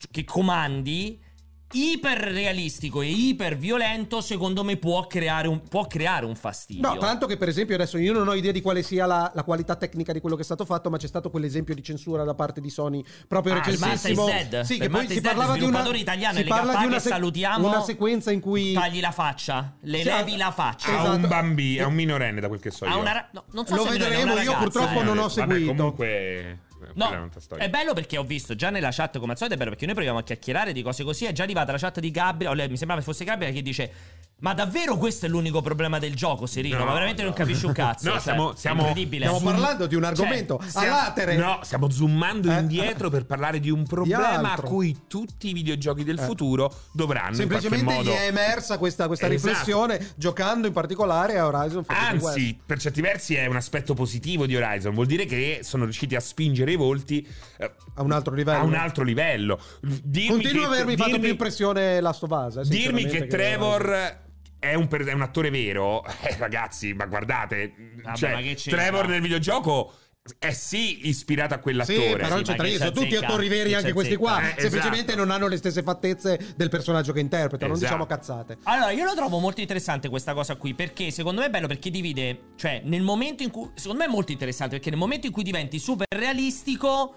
comandi iper realistico e iper violento, secondo me può creare un fastidio. No, tanto che per esempio adesso io non ho idea di quale sia la qualità tecnica di quello che è stato fatto, ma c'è stato quell'esempio di censura da parte di Sony proprio recentissimo. Sì, che poi si parlava di una italiano, si parla di una salutiamo, una sequenza in cui tagli la faccia, levi la faccia. Esatto. A un bambino, a un minorenne, da quel che so io. Non so lo vedremo, io purtroppo non ho seguito. Vabbè, comunque no, è bello perché ho visto già nella chat, come al solito è bello perché noi proviamo a chiacchierare di cose così. È già arrivata la chat di Gabriel, mi sembrava fosse Gabriel che dice: ma davvero questo è l'unico problema del gioco, Serino? No, ma veramente non capisci un cazzo. No, stiamo parlando di un argomento all'atere. No, stiamo zoomando indietro per parlare di un problema a cui tutti i videogiochi del futuro dovranno semplicemente in qualche modo. Gli è emersa questa riflessione giocando in particolare a Horizon Forbidden West. Anzi, per certi versi è un aspetto positivo di Horizon. Vuol dire che sono riusciti a spingere i volti a un altro livello. Continua a avermi fatto più impressione Last of Us. Dirmi che Trevor è un attore vero, ragazzi, ma guardate, Trevor nel videogioco è sì ispirato a quell'attore. Sì, però sono tutti attori veri anche questi qua. Semplicemente non hanno le stesse fattezze del personaggio che interpretano. Non diciamo cazzate. Allora, io lo trovo molto interessante questa cosa qui, perché secondo me è bello, perché divide, cioè nel momento in cui, secondo me è molto interessante perché nel momento in cui diventi super realistico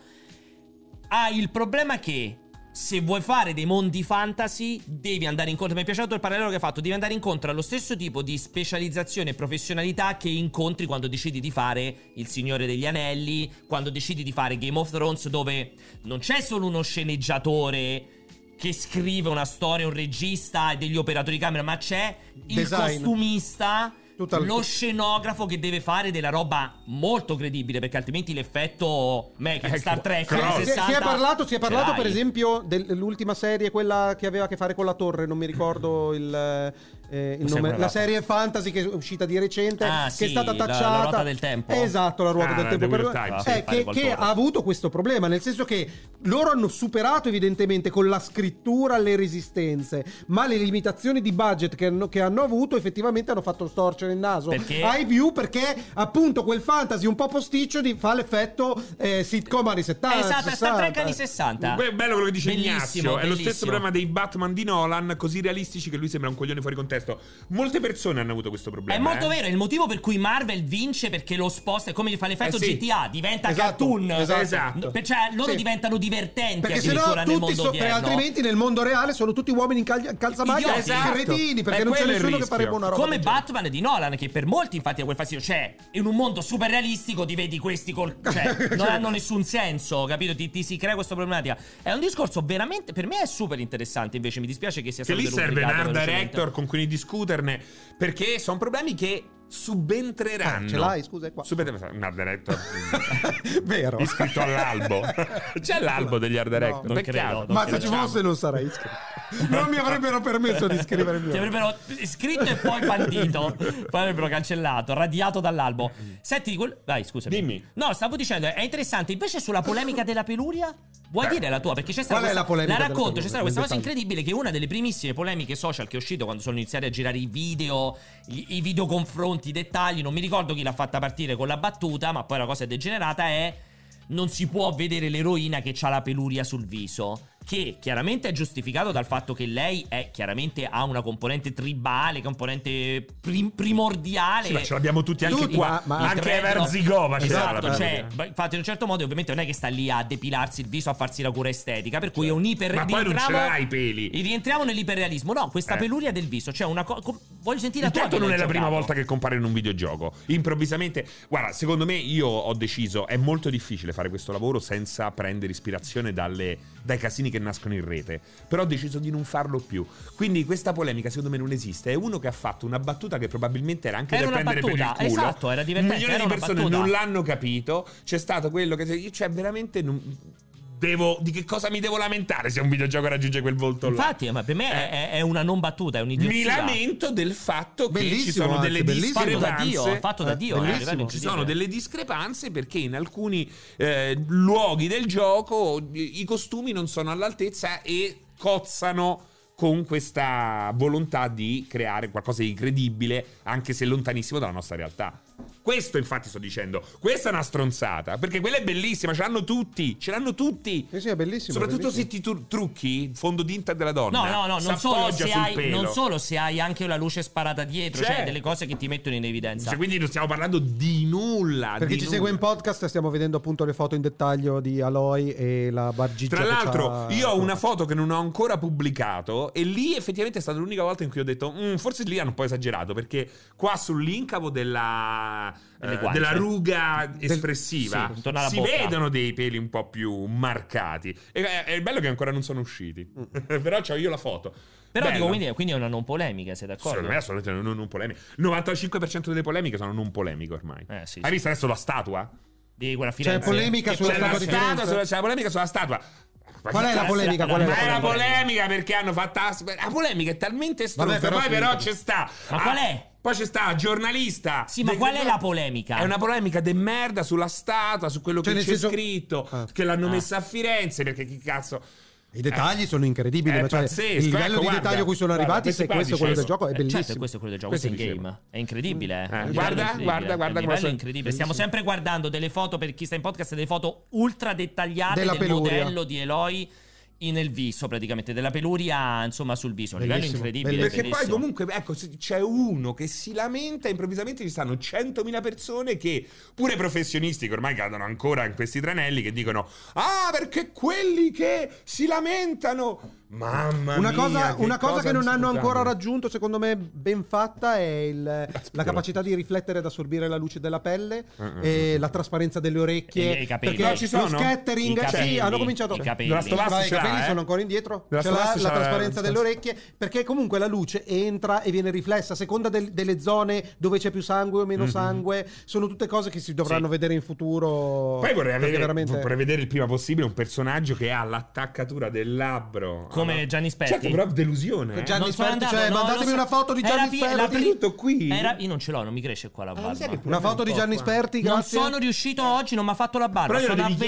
hai il problema che se vuoi fare dei mondi fantasy devi andare incontro, mi è piaciuto il parallelo che hai fatto, devi andare incontro allo stesso tipo di specializzazione e professionalità che incontri quando decidi di fare Il Signore degli Anelli, quando decidi di fare Game of Thrones, dove non c'è solo uno sceneggiatore che scrive una storia, un regista e degli operatori di camera, ma c'è il costumista, lo scenografo che deve fare della roba molto credibile, perché altrimenti l'effetto Star Trek 60, si è parlato per esempio dell'ultima serie, quella che aveva a che fare con la torre, non mi ricordo il nome, la serie fantasy che è uscita di recente, che è stata tacciata la ruota del tempo. Esatto, la ruota del tempo che ha avuto questo problema, nel senso che loro hanno superato evidentemente con la scrittura le resistenze, ma le limitazioni di budget che hanno avuto effettivamente hanno fatto storcere il naso ai più, perché appunto quel fantasy un po' posticcio fa l'effetto sitcom anni 70. Esatto, Star Trek anni 60. Bello quello che dice Ignazio. È lo stesso problema dei Batman di Nolan, così realistici che lui sembra un coglione fuori contesto. Molte persone hanno avuto questo problema. È molto vero, è il motivo per cui Marvel vince, perché lo sposta, è come gli fa l'effetto GTA, diventa cartoon. Esatto. Cioè loro diventano divertenti, perché sennò tutti altrimenti nel mondo reale sono tutti uomini in calzamaglia cretini, perché non c'è nessuno che farebbe una roba come Batman di Nolan, che per molti infatti ha quel fastidio. Cioè in un mondo super realistico ti vedi questi non hanno nessun senso, capito? Ti si crea questa problematica. È un discorso veramente, per me è super interessante. Invece mi dispiace che sia stato lì serve un art director con cui discuterne, perché sono problemi che subentreranno. Ce l'hai, scusa, è qua. Un Art Director vero, iscritto all'albo. C'è l'albo degli Art Director? Non credo, ma se ci fosse non sarei iscritto. Non mi avrebbero permesso di scrivere il mio. Ti avrebbero iscritto e poi bandito. Poi avrebbero cancellato, radiato dall'albo. Senti, vai, scusami. Dimmi. No, stavo dicendo, è interessante. Invece sulla polemica della Peluria, vuoi dire la tua? Perché c'è stata qual è la polemica? La racconto, c'è stata questa cosa dettaglio. incredibile, che una delle primissime polemiche social che è uscito quando sono iniziati a girare i video, i video confronti, i dettagli, non mi ricordo chi l'ha fatta partire con la battuta, ma poi la cosa è degenerata, è: non si può vedere l'eroina che ha la peluria sul viso. Che chiaramente è giustificato dal fatto che lei è chiaramente ha una componente tribale, componente primordiale. Sì, ma ce l'abbiamo tutti anche qua. Ma anche Everzigova esatto, cioè, infatti in un certo modo ovviamente non è che sta lì a depilarsi il viso, a farsi la cura estetica, per cui è un iper. Ma poi non ce l'ha i peli. Rientriamo nell'iperrealismo. No, questa peluria del viso, cioè una voglio sentire la tua. Intanto non è la prima volta che compare in un videogioco. Improvvisamente, guarda, secondo me io ho deciso, è molto difficile fare questo lavoro senza prendere ispirazione dai casini che nascono in rete, però ho deciso di non farlo più. Quindi questa polemica secondo me non esiste. È uno che ha fatto una battuta che probabilmente era anche da prendere battuta, per il culo. esatto, era divertente. Milioni di persone non l'hanno capito. C'è stato quello che, cioè, veramente di che cosa mi devo lamentare se un videogioco raggiunge quel volto là? Infatti, ma per me è una non battuta, è un'idiozia. Mi lamento del fatto che ci sono anzi, delle discrepanze. Fatto da Dio. Ci sono delle discrepanze perché in alcuni luoghi del gioco i costumi non sono all'altezza e cozzano con questa volontà di creare qualcosa di credibile, anche se lontanissimo dalla nostra realtà. Questo infatti sto dicendo. Questa è una stronzata, perché quella è bellissima, ce l'hanno tutti. Sì, è bellissimo. Soprattutto se ti trucchi il fondo d'inta della donna. No, non solo se hai anche la luce sparata dietro, cioè delle cose che ti mettono in evidenza. Cioè, quindi non stiamo parlando di nulla. Per chi ci segue in podcast stiamo vedendo appunto le foto in dettaglio di Aloy e la bargiglia. Tra l'altro io ho una foto che non ho ancora pubblicato e lì effettivamente è stata l'unica volta in cui ho detto forse lì hanno un po' esagerato, perché qua sull'incavo della ruga espressiva si vedono dei peli un po' più marcati e è bello che ancora non sono usciti. Però c'ho io la foto. Però dico, quindi è una non polemica, sei d'accordo? Secondo me è assolutamente non polemica. Il 95% delle polemiche sono non polemiche ormai. Sì, Hai visto adesso la statua? Di quella Firenze? C'è polemica sulla statua di Firenze. C'è la polemica sulla statua. Qual è la polemica? Ma è la polemica perché hanno fatto la polemica è talmente stronza. Poi però c'è sta. Ma qual è? Poi c'è sta giornalista. Sì, ma qual è la polemica? È una polemica de merda sulla statua, su quello che c'è scritto, che l'hanno messa a Firenze, perché chi cazzo. I dettagli sono incredibili, ma pazzesco, il livello di dettaglio a cui sono arrivati, se questo è quello del gioco, è bellissimo. Certo, questo è quello del gioco, questo è in game. È incredibile. Guarda, il livello è incredibile. Stiamo sempre guardando delle foto, per chi sta in podcast, delle foto ultra dettagliate del modello di Eloy nel viso, praticamente, della peluria, insomma, sul viso. Un livello incredibile. Perché poi comunque, ecco, c'è uno che si lamenta, improvvisamente ci stanno 100.000 persone che, pure professionisti che ormai cadono ancora in questi tranelli, che dicono perché quelli che si lamentano. Mamma mia, una cosa che non hanno ancora raggiunto, secondo me ben fatta, è la capacità di riflettere ed assorbire la luce della pelle e la trasparenza delle orecchie, i capelli. perché ci sono lo scattering, hanno cominciato. I capelli. I capelli sono ancora indietro. C'è la trasparenza delle orecchie, perché comunque la luce entra e viene riflessa a seconda delle zone dove c'è più sangue o meno sangue. Sono tutte cose che si dovranno vedere in futuro. Poi vorrei vedere il prima possibile un personaggio che ha l'attaccatura del labbro come Gianni Sperti. Certo, però delusione. Gianni Sperti, mandatemi una foto di Gianni Sperti. Tutto qui. Io non ce l'ho, non mi cresce qua la barba. Una foto di Gianni Sperti, grazie. Non sono riuscito oggi, non mi ha fatto la barba.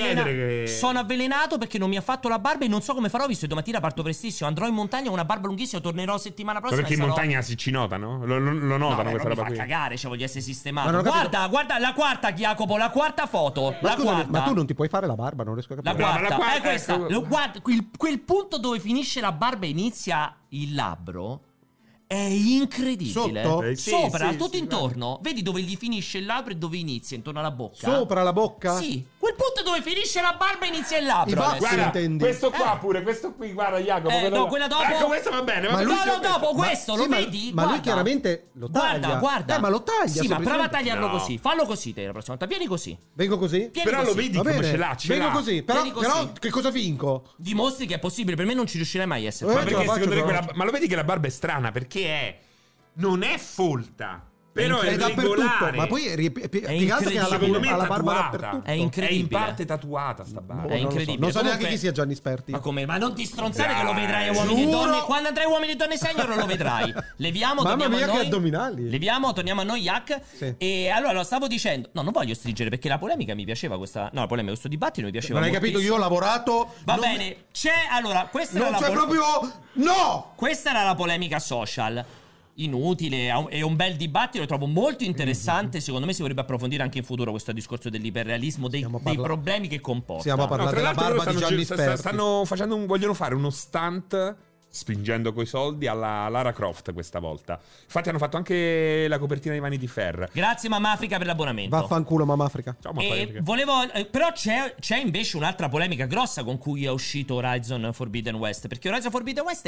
Sono avvelenato perché non mi ha fatto la barba e non so come farò, visto che domattina parto prestissimo. Andrò in montagna con una barba lunghissima, tornerò settimana prossima. Perché in montagna si notano? Lo notano questa roba qui. Ma cagare, cioè voglio essere sistemato. Guarda la quarta, Jacopo, la quarta foto. Ma tu non ti puoi fare la barba, non riesco a capire. La quarta è questa. Guarda, quel punto dove finisce la barba e inizia il labbro è incredibile. Sotto? Sopra, tutto intorno. Vedi dove gli finisce il labbro e dove inizia, intorno alla bocca. Sopra la bocca? Sì. Quel punto dove finisce la barba e inizia il labbro. Guarda, questo qua pure, questo qui, guarda Jacopo. No, quella dopo. Ecco, questo va bene. Dopo questo, lo vedi? Ma lui chiaramente lo taglia. Guarda. Ma lo taglia. Sì, ma prova a tagliarlo così. Fallo così te la prossima volta. Vieni così. Vengo così? Però lo vedi come ce l'ha. Vengo così. Però che cosa vinco? Dimostri che è possibile. Per me non ci riuscirai mai a essere. Ma lo vedi che la barba è strana? Perché non è folta. Però è dappertutto. Ma poi Picasso che ha la barba dappertutto. È incredibile. È in parte tatuata sta barba. È incredibile. Non so neanche chi sia Gianni Sperti. Ma come? Ma non ti stronzare che lo vedrai a Uomini e Donne. Quando andrai a Uomini e Donne Senior lo vedrai. Leviamo, mamma torniamo mia, a noi. che addominali. Leviamo, torniamo a noi, Yak. Sì. E allora lo stavo dicendo. No, non voglio stringere perché la polemica mi piaceva questa. No, la polemica, questo dibattito mi piaceva. Non hai capito? Io ho lavorato. Va bene. C'è allora. Questa non era c'è proprio. No! Questa era la polemica social. Inutile, è un bel dibattito, lo trovo molto interessante. Secondo me si dovrebbe approfondire anche in futuro questo discorso dell'iperrealismo, dei problemi che comporta. Stiamo a parlare della barba di Gianni Sperti. Vogliono fare uno stunt spingendo coi soldi alla Lara Croft questa volta. Infatti hanno fatto anche la copertina di Vanity Fair. Grazie Mamma Africa per l'abbonamento. Vaffanculo Mamma Africa. Ciao Mamma Africa. Però c'è invece un'altra polemica grossa con cui è uscito Horizon Forbidden West, perché Horizon Forbidden West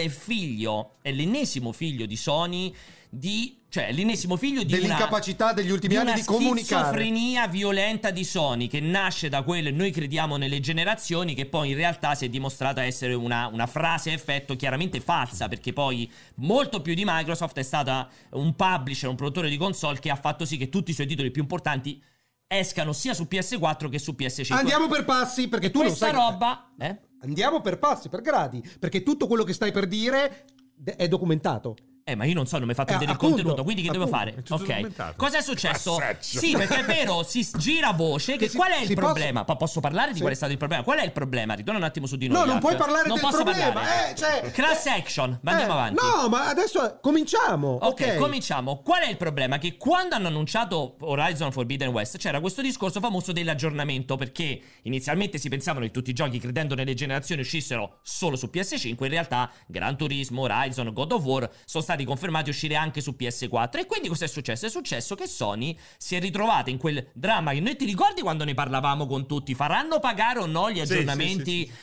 è l'ennesimo figlio di Sony cioè l'ennesimo figlio dell'incapacità degli ultimi anni di comunicare, una schizofrenia violenta di Sony che nasce da quello e noi crediamo nelle generazioni, che poi in realtà si è dimostrata essere una frase a effetto chiaramente falsa, perché poi molto più di Microsoft è stata un publisher, un produttore di console che ha fatto sì che tutti i suoi titoli più importanti escano sia su PS4 che su PS5. Andiamo per passi, perché tu non sai roba andiamo per passi, per gradi, perché tutto quello che stai per dire è documentato. Ma io non so, non mi hai fatto vedere il contenuto, quindi che devo fare? Ok. Cosa è successo? Sì, perché è vero, si gira voce che qual è il problema? Posso parlare di qual è stato il problema? Qual è il problema? Ritorna un attimo su di noi. No, non puoi parlare del problema. Class action, ma andiamo avanti. No, ma adesso cominciamo. Ok, cominciamo. Qual è il problema? Che quando hanno annunciato Horizon Forbidden West c'era questo discorso famoso dell'aggiornamento, perché inizialmente si pensavano che tutti i giochi, credendo nelle generazioni, uscissero solo su PS5. In realtà Gran Turismo, Horizon, God of War sono stati confermati a uscire anche su PS4. E quindi cosa è successo? È successo che Sony si è ritrovata in quel dramma che noi, ti ricordi quando ne parlavamo con tutti? Faranno pagare o no gli aggiornamenti?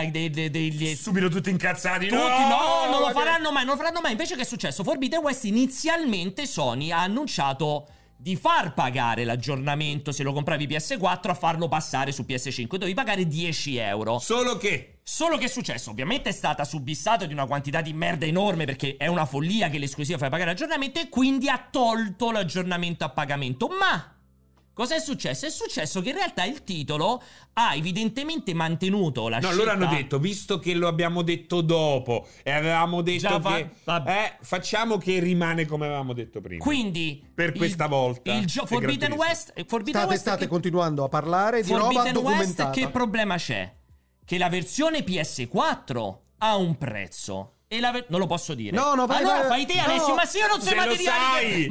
Subito tutti incazzati. Non lo faranno mai. Invece che è successo? Forbidden West inizialmente Sony ha annunciato di far pagare l'aggiornamento se lo compravi PS4 a farlo passare su PS5. Dovevi pagare 10 euro. Solo che è successo? Ovviamente è stata subissata di una quantità di merda enorme, perché è una follia che l'esclusiva fai pagare l'aggiornamento, e quindi ha tolto l'aggiornamento a pagamento. Ma cosa è successo? È successo che in realtà il titolo ha evidentemente mantenuto la scelta. No, loro hanno detto, visto che lo abbiamo detto dopo e avevamo detto facciamo che rimane come avevamo detto prima. Quindi per questa volta il Forbidden West state continuando a parlare di Forbidden roba documentata. West, che problema c'è? Che la versione PS4 ha un prezzo. Non lo posso dire. Vai, allora fai te, Alessio. Ma se io non so i materiali,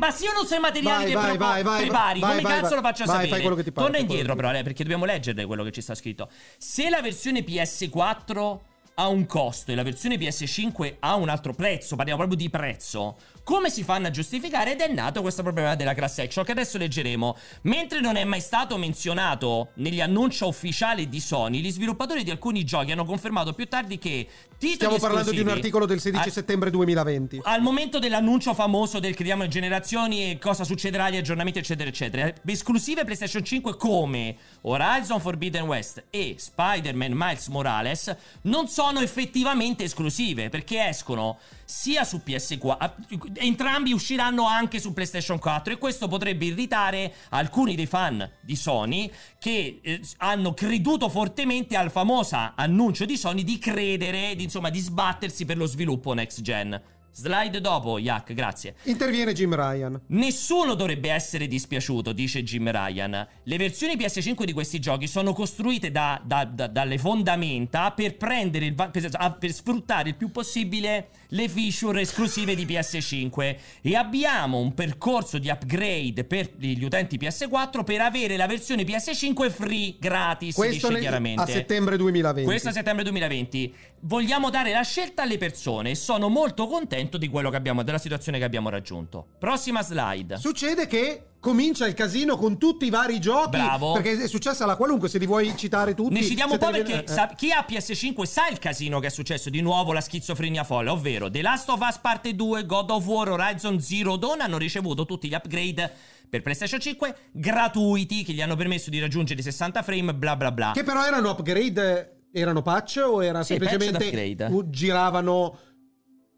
prepari, come cazzo lo faccio sapere? Fai quello che ti pare. Torna indietro però, perché dobbiamo leggere quello che ci sta scritto. Se la versione PS4 ha un costo e la versione PS5 ha un altro prezzo, parliamo proprio di prezzo, come si fanno a giustificare? Ed è nato questo problema della class action che adesso leggeremo. Mentre non è mai stato menzionato negli annunci ufficiali di Sony, gli sviluppatori di alcuni giochi hanno confermato più tardi che stiamo parlando di un articolo del 16 settembre 2020. Al momento dell'annuncio famoso del crediamo in generazioni e cosa succederà agli aggiornamenti eccetera eccetera, esclusive PlayStation 5 come Horizon Forbidden West e Spider-Man Miles Morales non sono effettivamente esclusive, perché escono sia su PS4, entrambi usciranno anche su PlayStation 4, e questo potrebbe irritare alcuni dei fan di Sony che hanno creduto fortemente al famoso annuncio di Sony di credere, di sbattersi per lo sviluppo next gen. Slide dopo, Yak, grazie. Interviene Jim Ryan. Nessuno dovrebbe essere dispiaciuto, dice Jim Ryan. Le versioni PS5 di questi giochi sono costruite dalle fondamenta per prendere per sfruttare il più possibile le feature esclusive di PS5, e abbiamo un percorso di upgrade per gli utenti PS4 per avere la versione PS5 free, gratis. Questo dice chiaramente a settembre 2020. Questo a settembre 2020. Vogliamo dare la scelta alle persone e sono molto contento di quello che abbiamo, della situazione che abbiamo raggiunto. Prossima slide. Succede che comincia il casino con tutti i vari giochi. Bravo. Perché è successa la qualunque, se li vuoi citare tutti. Ne citiamo un po' perché chi ha PS5 sa il casino che è successo. Di nuovo la schizofrenia folle, ovvero The Last of Us Parte 2, God of War, Horizon Zero Dawn hanno ricevuto tutti gli upgrade per PlayStation 5 gratuiti che gli hanno permesso di raggiungere i 60 frame, bla bla bla. Che però erano upgrade, erano patch o era semplicemente giravano...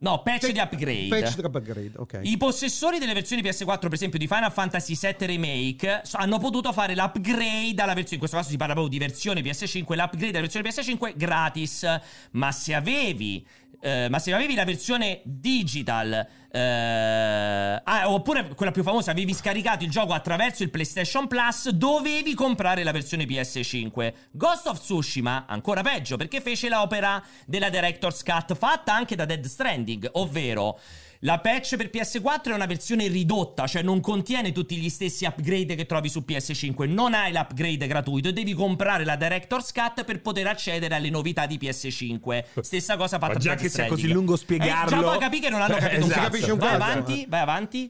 No, patch di upgrade. Patch di upgrade, ok. I possessori delle versioni PS4, per esempio di Final Fantasy VII Remake, hanno potuto fare l'upgrade alla versione, in questo caso si parla proprio di versione PS5, l'upgrade alla versione PS5 gratis. Ma se avevi la versione digital, oppure quella più famosa, avevi scaricato il gioco attraverso il PlayStation Plus, dovevi comprare la versione PS5. Ghost of Tsushima, ancora peggio, perché fece l'opera della Director's Cut fatta anche da Death Stranding, ovvero la patch per PS4 è una versione ridotta, cioè non contiene tutti gli stessi upgrade che trovi su PS5, non hai l'upgrade gratuito e devi comprare la Director's Cut per poter accedere alle novità di PS5. Stessa cosa fatta per già che sia così lungo spiegarlo. Già poi capì che non hanno capito. Esatto. Capisce un vai cazzo. avanti, vai avanti.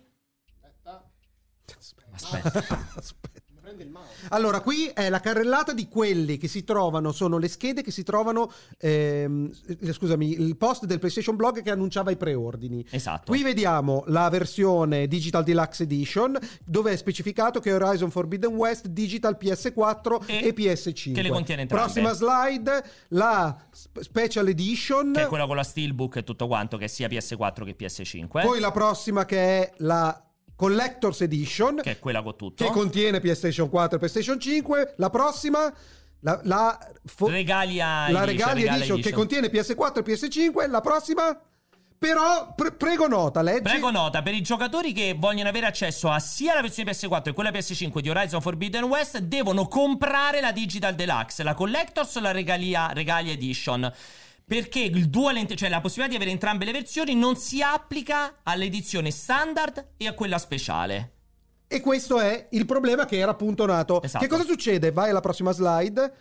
Aspetta. Allora, qui è la carrellata di quelli che si trovano, sono le schede che si trovano, scusami, il post del PlayStation Blog che annunciava i preordini. Esatto. Qui vediamo la versione Digital Deluxe Edition, dove è specificato che Horizon Forbidden West Digital PS4 e PS5. Che le contiene entrambe. Prossima slide, la Special Edition. Che è quella con la Steelbook e tutto quanto, che è sia PS4 che PS5. Poi la prossima che è la Collector's Edition, che è quella con tutto, che contiene PlayStation 4 e PlayStation 5. La prossima la Regalia Edition che contiene PS4 e PS5. La prossima però prego nota, leggi. Prego nota, per i giocatori che vogliono avere accesso a sia la versione PS4 e quella PS5 di Horizon Forbidden West, devono comprare la Digital Deluxe, la Collector's o la Regalia Edition. Perché il dual, cioè la possibilità di avere entrambe le versioni, non si applica all'edizione standard e a quella speciale. E questo è il problema che era appunto nato. Esatto. Che cosa succede? Vai alla prossima slide.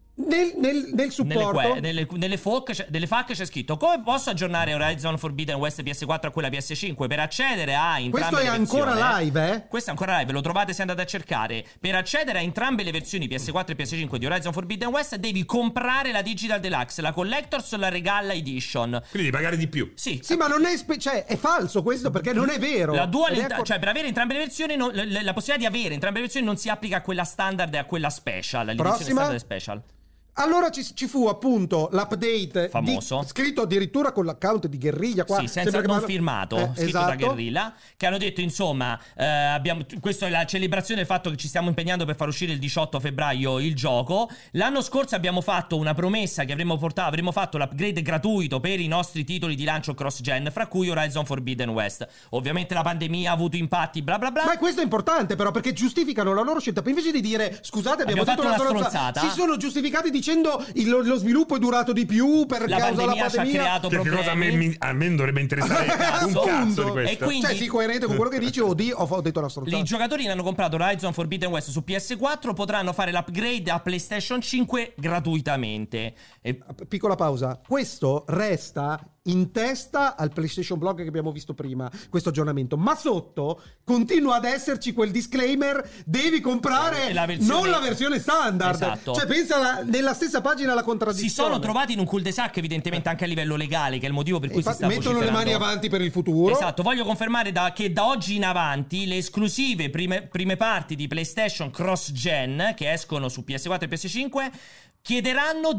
Nel supporto nelle FAQ c'è scritto: come posso aggiornare Horizon Forbidden West PS4 a quella PS5 per accedere a entrambe questo le versioni. Questo è ancora live, eh? Questo è ancora live, lo trovate se andate a cercare. Per accedere a entrambe le versioni PS4 e PS5 di Horizon Forbidden West devi comprare la Digital Deluxe, la Collector's o la Regalia Edition. Quindi devi pagare di più. Sì, ma non è cioè è falso questo, perché non è vero. La cioè per avere entrambe le versioni la possibilità di avere entrambe le versioni non si applica a quella standard e a quella special, all'edizione standard e special. Allora ci fu appunto l'update famoso, scritto addirittura con l'account di Guerrilla qua, sì, senza non firmato, scritto esatto, da Guerrilla, che hanno detto insomma questa è la celebrazione del fatto che ci stiamo impegnando per far uscire il 18 febbraio il gioco. L'anno scorso abbiamo fatto una promessa che avremmo fatto l'upgrade gratuito per i nostri titoli di lancio cross gen, fra cui Horizon Forbidden West. Ovviamente la pandemia ha avuto impatti bla bla bla, ma questo è importante però, perché giustificano la loro scelta. Invece di dire scusate abbiamo fatto una stronzata, si sono giustificati dicendo lo sviluppo è durato di più per causa della pandemia, ci ha creato problemi. Cosa a me non dovrebbe interessare un cazzo di questo. E quindi, cioè sii coerente con quello che dici o ho detto una stronzata. I giocatori che hanno comprato Horizon Forbidden West su PS4 potranno fare l'upgrade a PlayStation 5 gratuitamente. Piccola pausa, questo resta in testa al PlayStation Blog che abbiamo visto prima, questo aggiornamento, ma sotto continua ad esserci quel disclaimer: devi comprare non la versione standard. Esatto. Cioè pensa nella stessa pagina la contraddizione. Si sono trovati in un cul-de-sac evidentemente anche a livello legale, che è il motivo per cui si sta mettono le mani avanti per il futuro. Esatto. Voglio confermare che da oggi in avanti le esclusive prime parti di PlayStation cross gen che escono su PS4 e PS5 chiederanno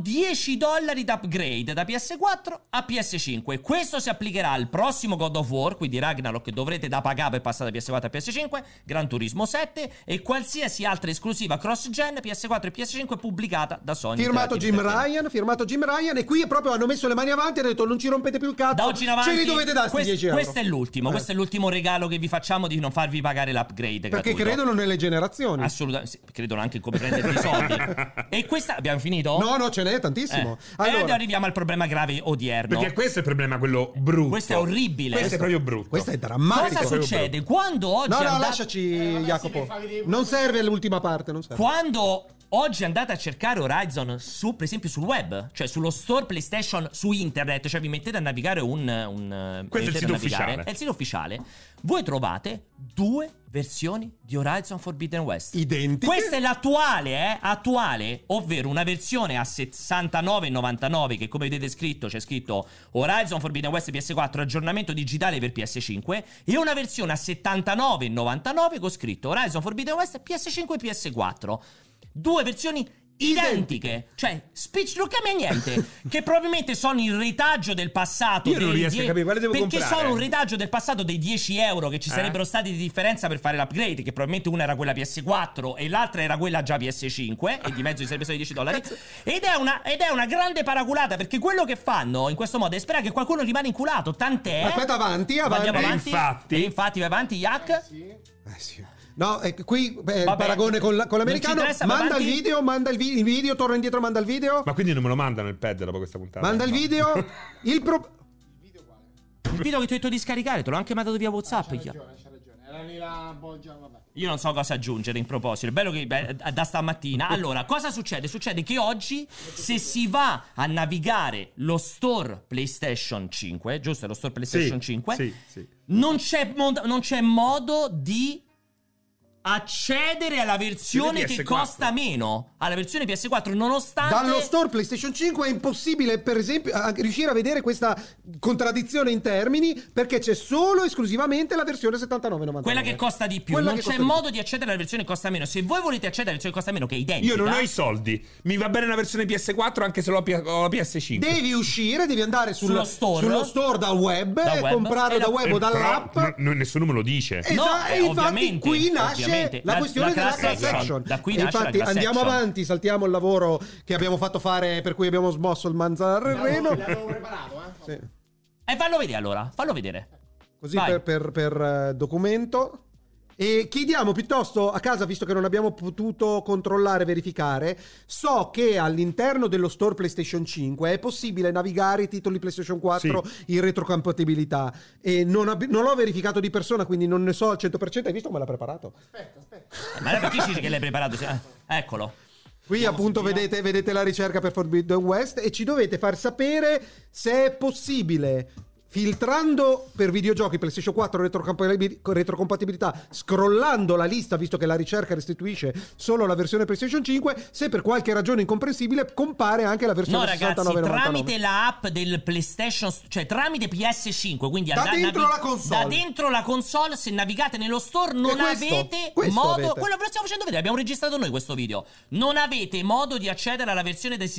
$10 d'upgrade da PS4 a PS5. Questo si applicherà al prossimo God of War, quindi Ragnarok, che dovrete da pagare per passare da PS4 a PS5, Gran Turismo 7 e qualsiasi altra esclusiva cross-gen PS4 e PS5 pubblicata da Sony. Firmato Jim Ryan, e qui proprio hanno messo le mani avanti e hanno detto non ci rompete più il cazzo, da oggi in avanti ce li dovete dare sti 10 euro. Questo è l'ultimo regalo che vi facciamo, di non farvi pagare l'upgrade perché gratuito. Credono nelle generazioni. Assolutamente, sì, credono anche in come prenderti i soldi. E questa abbiamo finito? No, ce n'è tantissimo. Allora arriviamo al problema grave odierno. Perché questo è il problema, quello brutto. Questo è orribile. Questo è proprio brutto. Questo è drammatico. Cosa succede quando oggi No, lasciaci Jacopo. Non serve l'ultima parte, non serve. Quando oggi andate a cercare Horizon per esempio sul web, cioè sullo store PlayStation su internet, cioè vi mettete a navigare questo è il sito ufficiale. È il sito ufficiale. Voi trovate 2 versioni di Horizon Forbidden West identiche. Questa è attuale, ovvero una versione a $69,99 che, come vedete scritto, c'è scritto Horizon Forbidden West PS4 aggiornamento digitale per PS5, e una versione a $79,99 con scritto Horizon Forbidden West PS5 e PS4. 2 versioni identiche, cioè non cambia niente, che probabilmente sono il retaggio del passato. Io non riesco a capire quale devo perché comprare. sono un retaggio del passato dei 10 euro che ci sarebbero stati di differenza per fare l'upgrade, che probabilmente una era quella PS4 e l'altra era quella già PS5 e di mezzo ci sarebbe stato $10. Ed è una grande paraculata, perché quello che fanno in questo modo è sperare che qualcuno rimane inculato, tant'è. Aspetta, avanti. Andiamo avanti. Infatti vai avanti, Yak. Sì. No, qui il paragone con l'americano. Manda il video, torna indietro, manda il video. Ma quindi non me lo mandano il pad dopo questa puntata? Manda il video. Il video che ti ho detto di scaricare, te l'ho anche mandato via WhatsApp. C'ha ragione. Era lì la boggia, vabbè. Io non so cosa aggiungere in proposito. È bello che da stamattina. Allora, cosa succede? Succede che oggi, se si va a navigare lo store PlayStation 5, giusto? Lo store PlayStation 5, non c'è modo di accedere alla versione che costa meno, alla versione PS4, nonostante dallo store PlayStation 5 è impossibile, per esempio, riuscire a vedere questa contraddizione in termini, perché c'è solo esclusivamente la versione 79,99, quella che costa di più. Non c'è modo di accedere alla versione che costa meno. Se voi volete accedere alla versione che costa meno, che è identica, io non ho i soldi, mi va bene una versione PS4 anche se ho la PS5. Devi uscire, devi andare sullo store dal web, comprarlo da web o dall'app. Nessuno me lo dice. E infatti qui nasce la questione della class action. Da qui infatti andiamo avanti, saltiamo il lavoro che abbiamo fatto fare, per cui abbiamo smosso il Manzarreno. L'avevo preparato, sì. Fallo vedere allora, fallo vedere. Così per documento. E chiediamo piuttosto a casa, visto che non abbiamo potuto controllare e verificare, so che all'interno dello store PlayStation 5 è possibile navigare i titoli PlayStation 4 in retrocompatibilità, e non l'ho verificato di persona, quindi non ne so al 100%. Hai visto come l'ha preparato? Aspetta. Ma perché dici che l'hai preparato? Eccolo. Qui appunto vedete la ricerca per Forbidden West, e ci dovete far sapere se è possibile, filtrando per videogiochi PlayStation 4 retrocompatibilità, scrollando la lista, visto che la ricerca restituisce solo la versione PlayStation 5, se per qualche ragione incomprensibile compare anche la versione 69,99. No ragazzi, tramite la app del PlayStation, cioè tramite PS5, quindi da dentro la console, se navigate nello store non avete modo. Quello ve lo stiamo facendo vedere, abbiamo registrato noi questo video. Non avete modo di accedere alla versione da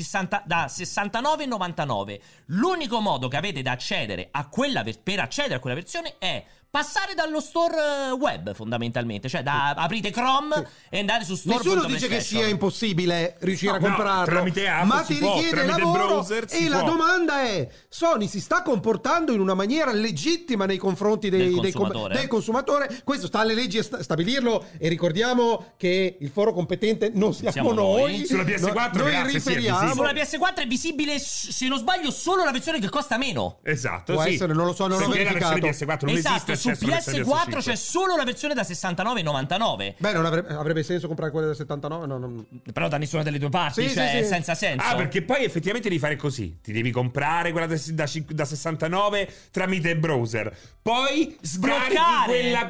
69,99. L'unico modo che avete da accedere per accedere a quella versione è passare dallo store web, fondamentalmente, cioè aprite Chrome e andate su store. Nessuno dice che sia impossibile riuscire a comprarlo, tramite app, ma ti richiede lavoro, e la domanda è: Sony si sta comportando in una maniera legittima nei confronti del consumatore? Questo sta alle leggi a stabilirlo, e ricordiamo che il foro competente non siamo noi. Sulla PS4 noi riferiamo. Sulla PS4 è visibile, se non sbaglio, solo la versione che costa meno. Esatto, può essere, non lo so, non l'ho verificato. La versione PS4 non esiste. Su PS4 c'è solo la versione da 69,99. Beh, non avrebbe senso comprare quella da 79? No. Però da nessuna delle due parti, sì. Senza senso. Perché poi effettivamente devi fare così. Ti devi comprare quella da 69 tramite browser, poi scarichi quella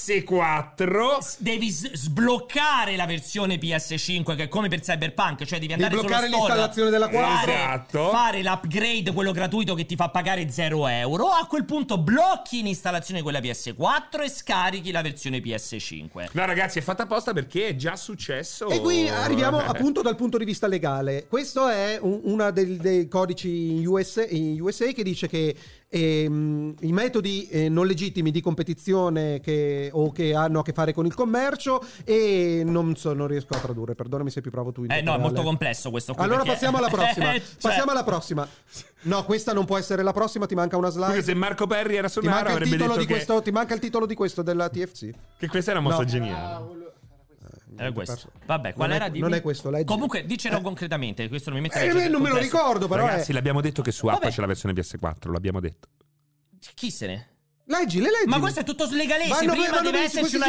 PS4. Devi sbloccare la versione PS5, che è come per Cyberpunk, cioè devi andare sullo store, l'installazione della quale fare l'upgrade, quello gratuito che ti fa pagare 0 euro. A quel punto blocchi l'installazione di quella PS4 e scarichi la versione PS5. No ragazzi, è fatta apposta, perché è già successo. E qui arriviamo appunto dal punto di vista legale. Questo è una dei codici in USA che dice che i metodi non legittimi di competizione che hanno a che fare con il commercio, e non riesco a tradurre, perdonami se più provo tu. No, è molto complesso questo qui. Allora passiamo alla prossima. Passiamo alla prossima. No, questa non può essere la prossima, ti manca una slide. Se Marco Perri era su Naro avrebbe detto che... ti manca il titolo di questo della TFC. Che questa è una mossa geniale. Era questo. Vabbè, qual era? Non è questo, leggi. Comunque, dicelo concretamente, questo non mi mette non me lo ricordo, però. Ragazzi, l'abbiamo detto che su app c'è la versione PS4, l'abbiamo detto. Chi se ne? Leggi. Ma questo è tutto legalese. Prima deve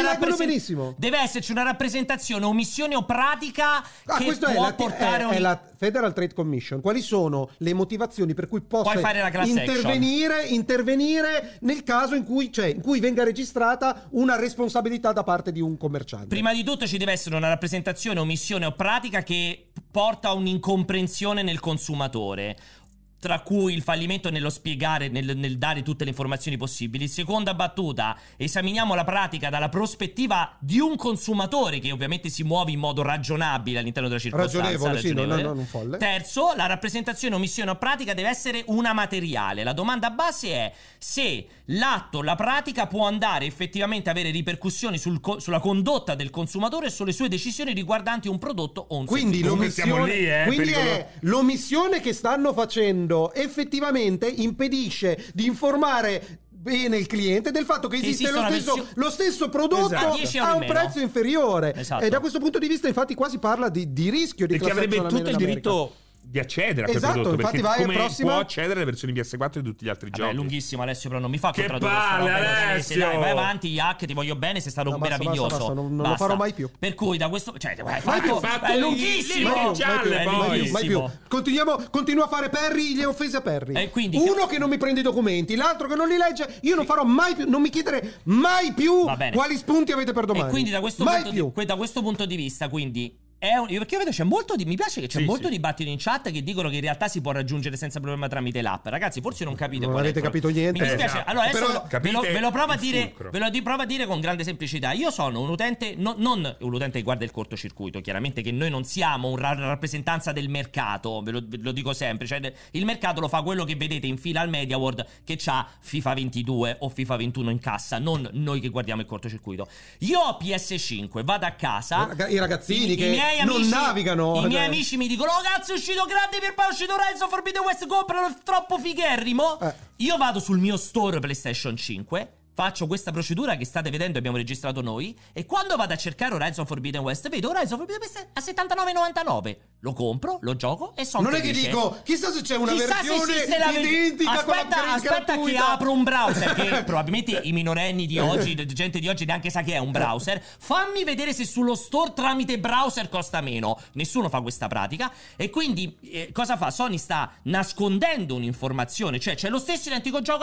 esserci una rappresentazione, omissione o pratica che può portare è la Federal Trade Commission. Quali sono le motivazioni per cui possa intervenire nel caso in cui venga registrata una responsabilità da parte di un commerciante? Prima di tutto ci deve essere una rappresentazione, omissione o pratica che porta a un'incomprensione nel consumatore. tra cui il fallimento nello spiegare, nel dare tutte le informazioni possibili. Seconda battuta, esaminiamo la pratica dalla prospettiva di un consumatore che ovviamente si muove in modo ragionabile all'interno della circostanza. Ragionevole. Non folle. Terzo, la rappresentazione, omissione o pratica deve essere una materiale. La domanda base è se l'atto, la pratica può andare effettivamente a avere ripercussioni sulla condotta del consumatore e sulle sue decisioni riguardanti un prodotto o un quindi servizio. Quindi è l'omissione che stanno facendo effettivamente impedisce di informare bene il cliente del fatto che esiste lo stesso prodotto a un prezzo inferiore. Esatto. E da questo punto di vista infatti qua si parla di rischio di class action. Perché avrebbe tutto il diritto di accedere a quel prodotto, infatti vai come prossima... può accedere alle versioni PS4 di tutti gli altri giochi. È lunghissimo, Alessio, però non mi fa che contraddurre palle, Alessio. Dai, vai avanti, Yak, ti voglio bene, sei stato meraviglioso. Basta, non lo farò mai più. Per cui da questo, cioè, è lunghissimo. Mai più. Continua a fare Perry, le offese a Perry. Uno che non mi prende i documenti, l'altro che non li legge. Io non farò mai più, non mi chiedere mai più quali spunti avete per domani. E quindi da questo punto di vista, quindi perché io vedo mi piace che c'è molto dibattito in chat che dicono che in realtà si può raggiungere senza problema tramite l'app. Ragazzi, forse non capite. Non avete capito niente. Mi dispiace. Allora adesso ve lo provo a dire con grande semplicità. Io sono un utente, non un utente che guarda il cortocircuito. Chiaramente che noi non siamo una rappresentanza del mercato. Ve lo dico sempre. Cioè, il mercato lo fa quello che vedete in fila al Media World, che c'ha FIFA 22 o FIFA 21 in cassa, non noi che guardiamo il cortocircuito. Io ho PS5, vado a casa. I ragazzini che non navigano. I miei amici mi dicono: oh cazzo, è uscito grande per poi è uscito Rise of Forbidden West, compralo, è troppo figherrimo. Io vado sul mio store PlayStation 5, faccio questa procedura che state vedendo e abbiamo registrato noi, e quando vado a cercare Horizon Forbidden West vedo Horizon Forbidden West a $79,99. Lo compro, lo gioco e sono non felice. È che dico, chissà se c'è una versione identica con aspetta che apro un browser che probabilmente i minorenni di oggi, gente di oggi neanche sa che è un browser. Fammi vedere se sullo store tramite browser costa meno. Nessuno fa questa pratica. E quindi cosa fa? Sony sta nascondendo un'informazione, cioè c'è lo stesso identico gioco a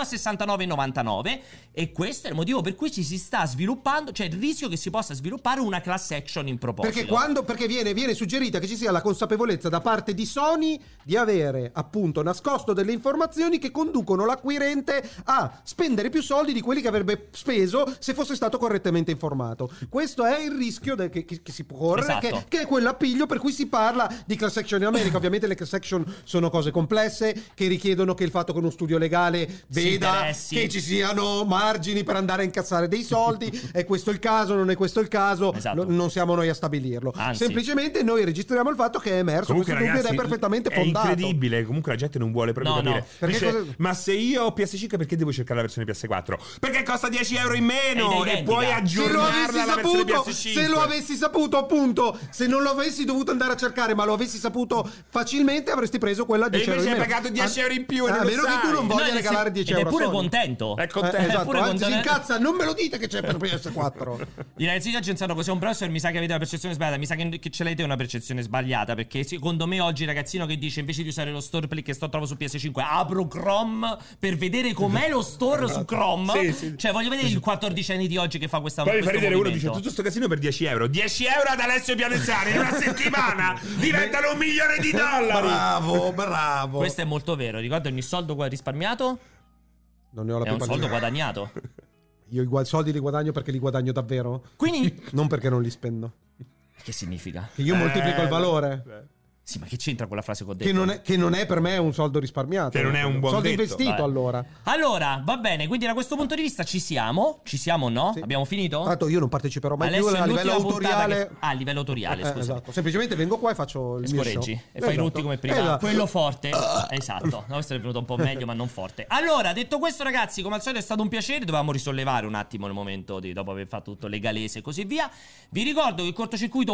$69,99, e questo è il motivo per cui ci si sta sviluppando, cioè il rischio che si possa sviluppare una class action in proposito. Perché viene suggerita che ci sia la consapevolezza da parte di Sony di avere appunto nascosto delle informazioni che conducono l'acquirente a spendere più soldi di quelli che avrebbe speso se fosse stato correttamente informato. Questo è il rischio che si può correre, esatto. che è quell'appiglio per cui si parla di class action in America. Ovviamente le class action sono cose complesse che richiedono che il fatto che uno studio legale veda che ci siano margini per andare a incassare dei soldi. È questo il caso? Non è questo il caso? Esatto. Non siamo noi a stabilirlo. Anzi. Semplicemente noi registriamo il fatto che è emerso comunque, questo dubbio ragazzi, ed è perfettamente fondato. È incredibile. Comunque la gente non vuole proprio capire. Dice, ma se io ho PS5 perché devo cercare la versione PS4? Perché costa €10 in meno e puoi aggiornarla alla versione PS5. Se lo avessi saputo, appunto, se non lo avessi dovuto andare a cercare, ma lo avessi saputo facilmente, avresti preso quella a €10 in meno. E invece hai pagato €10 in più. A meno che tu non voglia regalare €10. È pure contento. È contento. Esatto, anzi si incazza, non me lo dite che c'è per PS4. I ragazzi già pensano cos'è un browser, mi sa che avete la percezione sbagliata. Mi sa che ce l'avete una percezione sbagliata, perché secondo me oggi il ragazzino che dice invece di usare lo store che trovo su PS5 apro Chrome per vedere com'è lo store su Chrome. Sì. Cioè voglio vedere il 14enne di oggi che fa questa poi mi fa ridere uno dice tutto sto casino per €10. €10 ad Alessio Pianezzani in una settimana diventano $1 milione. Bravo. Questo è molto vero. Ricordo ogni soldo risparmiato non ne ho la è un soldo guadagnato. Io i soldi li guadagno perché li guadagno davvero. Quindi non perché non li spendo. Che significa? Che io moltiplico il valore. Sì, ma che c'entra quella frase che ho detto? Che non è per me un soldo risparmiato. Che non è un buon soldo detto. investito. Allora, va bene, quindi da questo punto di vista ci siamo o no? Sì. Abbiamo finito? Tanto io non parteciperò mai Alessio, più a livello autoriale. A livello autoriale, scusa. Esatto. Semplicemente vengo qua e faccio il mio show. E fai i rutti come prima. Esatto. Quello forte. Esatto. No, questo è venuto un po' meglio, ma non forte. Allora, detto questo, ragazzi, come al solito è stato un piacere. Dovevamo risollevare un attimo nel momento dopo aver fatto tutto legalese e così via. Vi ricordo che il cortocircuito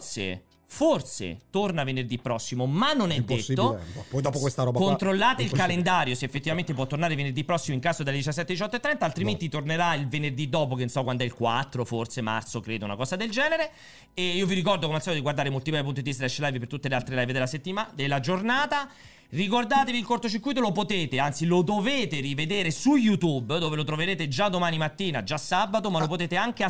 forse torna venerdì prossimo, ma non è detto. Poi dopo questa roba controllate il calendario se effettivamente può tornare venerdì prossimo in caso dalle 17 alle 18:30, altrimenti tornerà il venerdì dopo, che non so quando è, il 4 forse marzo, credo, una cosa del genere. E io vi ricordo come al solito di guardare multiplayer.it/live per tutte le altre live della settimana, della giornata. Ricordatevi, il cortocircuito lo potete, anzi lo dovete rivedere su YouTube, dove lo troverete già domani mattina, già sabato, ma lo potete anche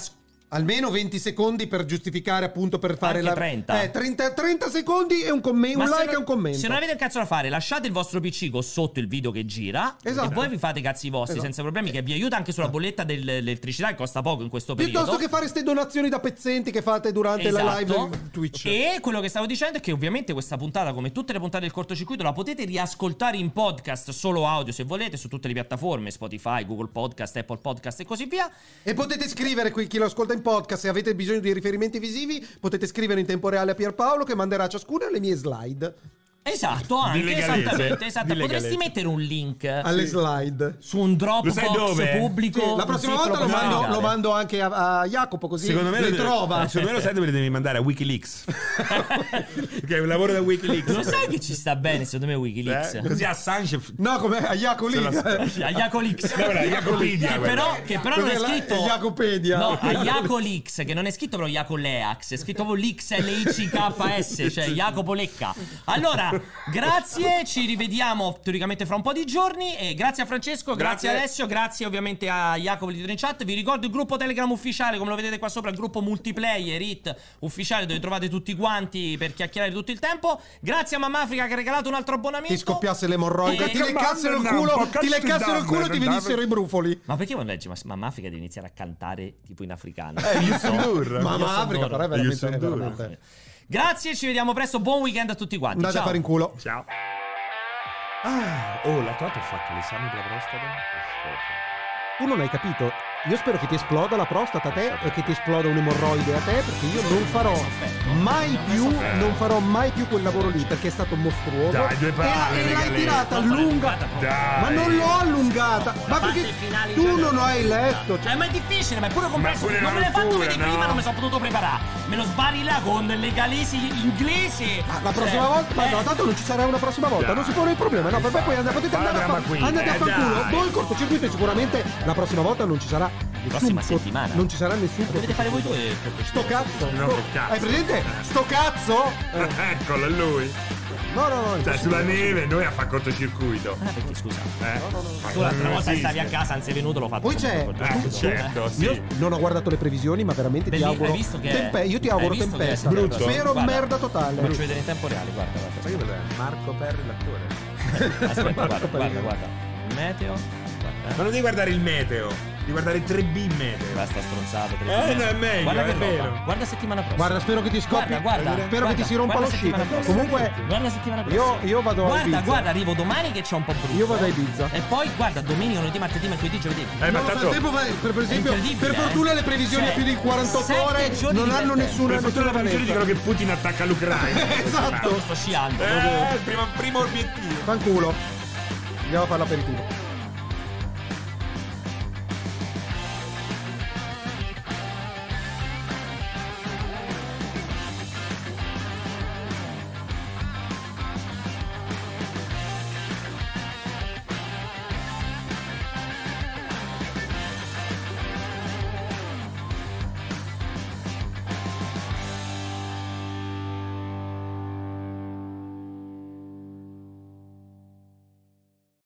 Almeno 20 secondi per giustificare, appunto, per fare anche 30. 30 secondi e un like e un commento. Se non avete un cazzo da fare, lasciate il vostro PC con sotto il video che gira. Esatto. E voi vi fate i cazzi vostri senza problemi, che vi aiuta anche sulla bolletta dell'elettricità, che costa poco in questo periodo. Piuttosto che fare ste donazioni da pezzenti che fate durante la live Twitch. E quello che stavo dicendo è che ovviamente questa puntata, come tutte le puntate del cortocircuito, la potete riascoltare in podcast, solo audio se volete, su tutte le piattaforme, Spotify, Google Podcast, Apple Podcast e così via. E potete scrivere qui, chi lo ascolta in podcast, se avete bisogno di riferimenti visivi, potete scrivere in tempo reale a Pierpaolo, che manderà a ciascuno le mie slide. Esatto, anche esattamente. Potresti mettere un link alle slide su un Dropbox pubblico. Sì, la prossima volta lo mando anche a Jacopo, così secondo me le trova. Secondo me lo sai dove le devi mandare? A Wikileaks. Che è un lavoro da Wikileaks. Lo sai che ci sta bene, secondo me, Wikileaks. Così Assange. No, come a Jacoleaks. A Jacoleaks. Che però non è scritto Jacopedia. No, a Jacoleaks, che non è scritto però Jacoleax, è scritto proprio LXLICKS, cioè Jacopo Lecca. Allora, grazie, ci rivediamo teoricamente fra un po' di giorni. E grazie a Francesco, grazie Alessio, grazie ovviamente a Jacopo di in chat. Vi ricordo il gruppo Telegram ufficiale, come lo vedete qua sopra, il gruppo multiplayer IT ufficiale, dove trovate tutti quanti per chiacchierare tutto il tempo. Grazie a Mamma Africa che ha regalato un altro abbonamento. Ti scoppiasse l'emorroide, ti leccassero il culo e ti venissero i brufoli. Ma perché quando leggi Mamma Africa devi iniziare a cantare tipo in africano? Mamma Africa però è veramente. Grazie, ci vediamo presto. Buon weekend a tutti quanti. Andate Ciao. a fare in culo. Ciao. L'altro volta ho fatto l'esame della prostata. Tu non hai capito. Io spero che ti esploda la prostata a te e che ti esploda un'emorroide a te, perché io non farò mai più quel lavoro lì, perché è stato mostruoso. Dai, due palle, e l'hai tirata lunga. Ma non l'ho allungata. Ma perché tu non hai letto? Ma è difficile, ma è pure complesso. Non me l'hai fatto vedere prima, non mi sono potuto preparare. Me lo sbari là con le galesi inglesi. Ma la prossima volta, ma no, tanto non ci sarà una prossima volta. Non si pone il problema. No, per me poi potete andare a fanculo. Voi il cortocircuito e sicuramente la prossima volta non ci sarà. Prossima settimana non ci sarà nessuno. Dovete fare voi due. Sto cazzo. Hai presente? Sto cazzo? Eccolo, è lui. No. Cioè, sulla neve, noi a fare cortocircuito. Perché scusa? Tu l'altra volta stavi a casa, non sei venuto, l'ho fatto. Poi c'è. Certo, sì. Io non ho guardato le previsioni, ma veramente ti auguro. Io ti auguro tempesta. Spero merda totale. Faccio vedere in tempo reale, guarda. Sai che Marco Perri, l'attore. Aspetta, guarda. Meteo. Ma non devi guardare il meteo, devi guardare 3B meteo. Basta stronzato. No, è meglio. Guarda che è vero. Guarda settimana prossima. Guarda, spero che ti scoppi. Guarda. Spero che ti si rompa lo sci. Comunque, guarda settimana prossima. Io vado a Ibiza. Guarda, arrivo domani che c'è un po' brutto. Io vado a Ibiza. E poi guarda, domenica, lunedì, martedì, mercoledì, giovedì. Ma tanto per esempio, per fortuna le previsioni a più di 48 ore non hanno nessuna. Per fortuna le previsioni dicono che Putin attacca l'Ucraina. Esatto. Sto sciando. Primo obiettivo. Fanculo. Andiamo a fare l'aperitivo.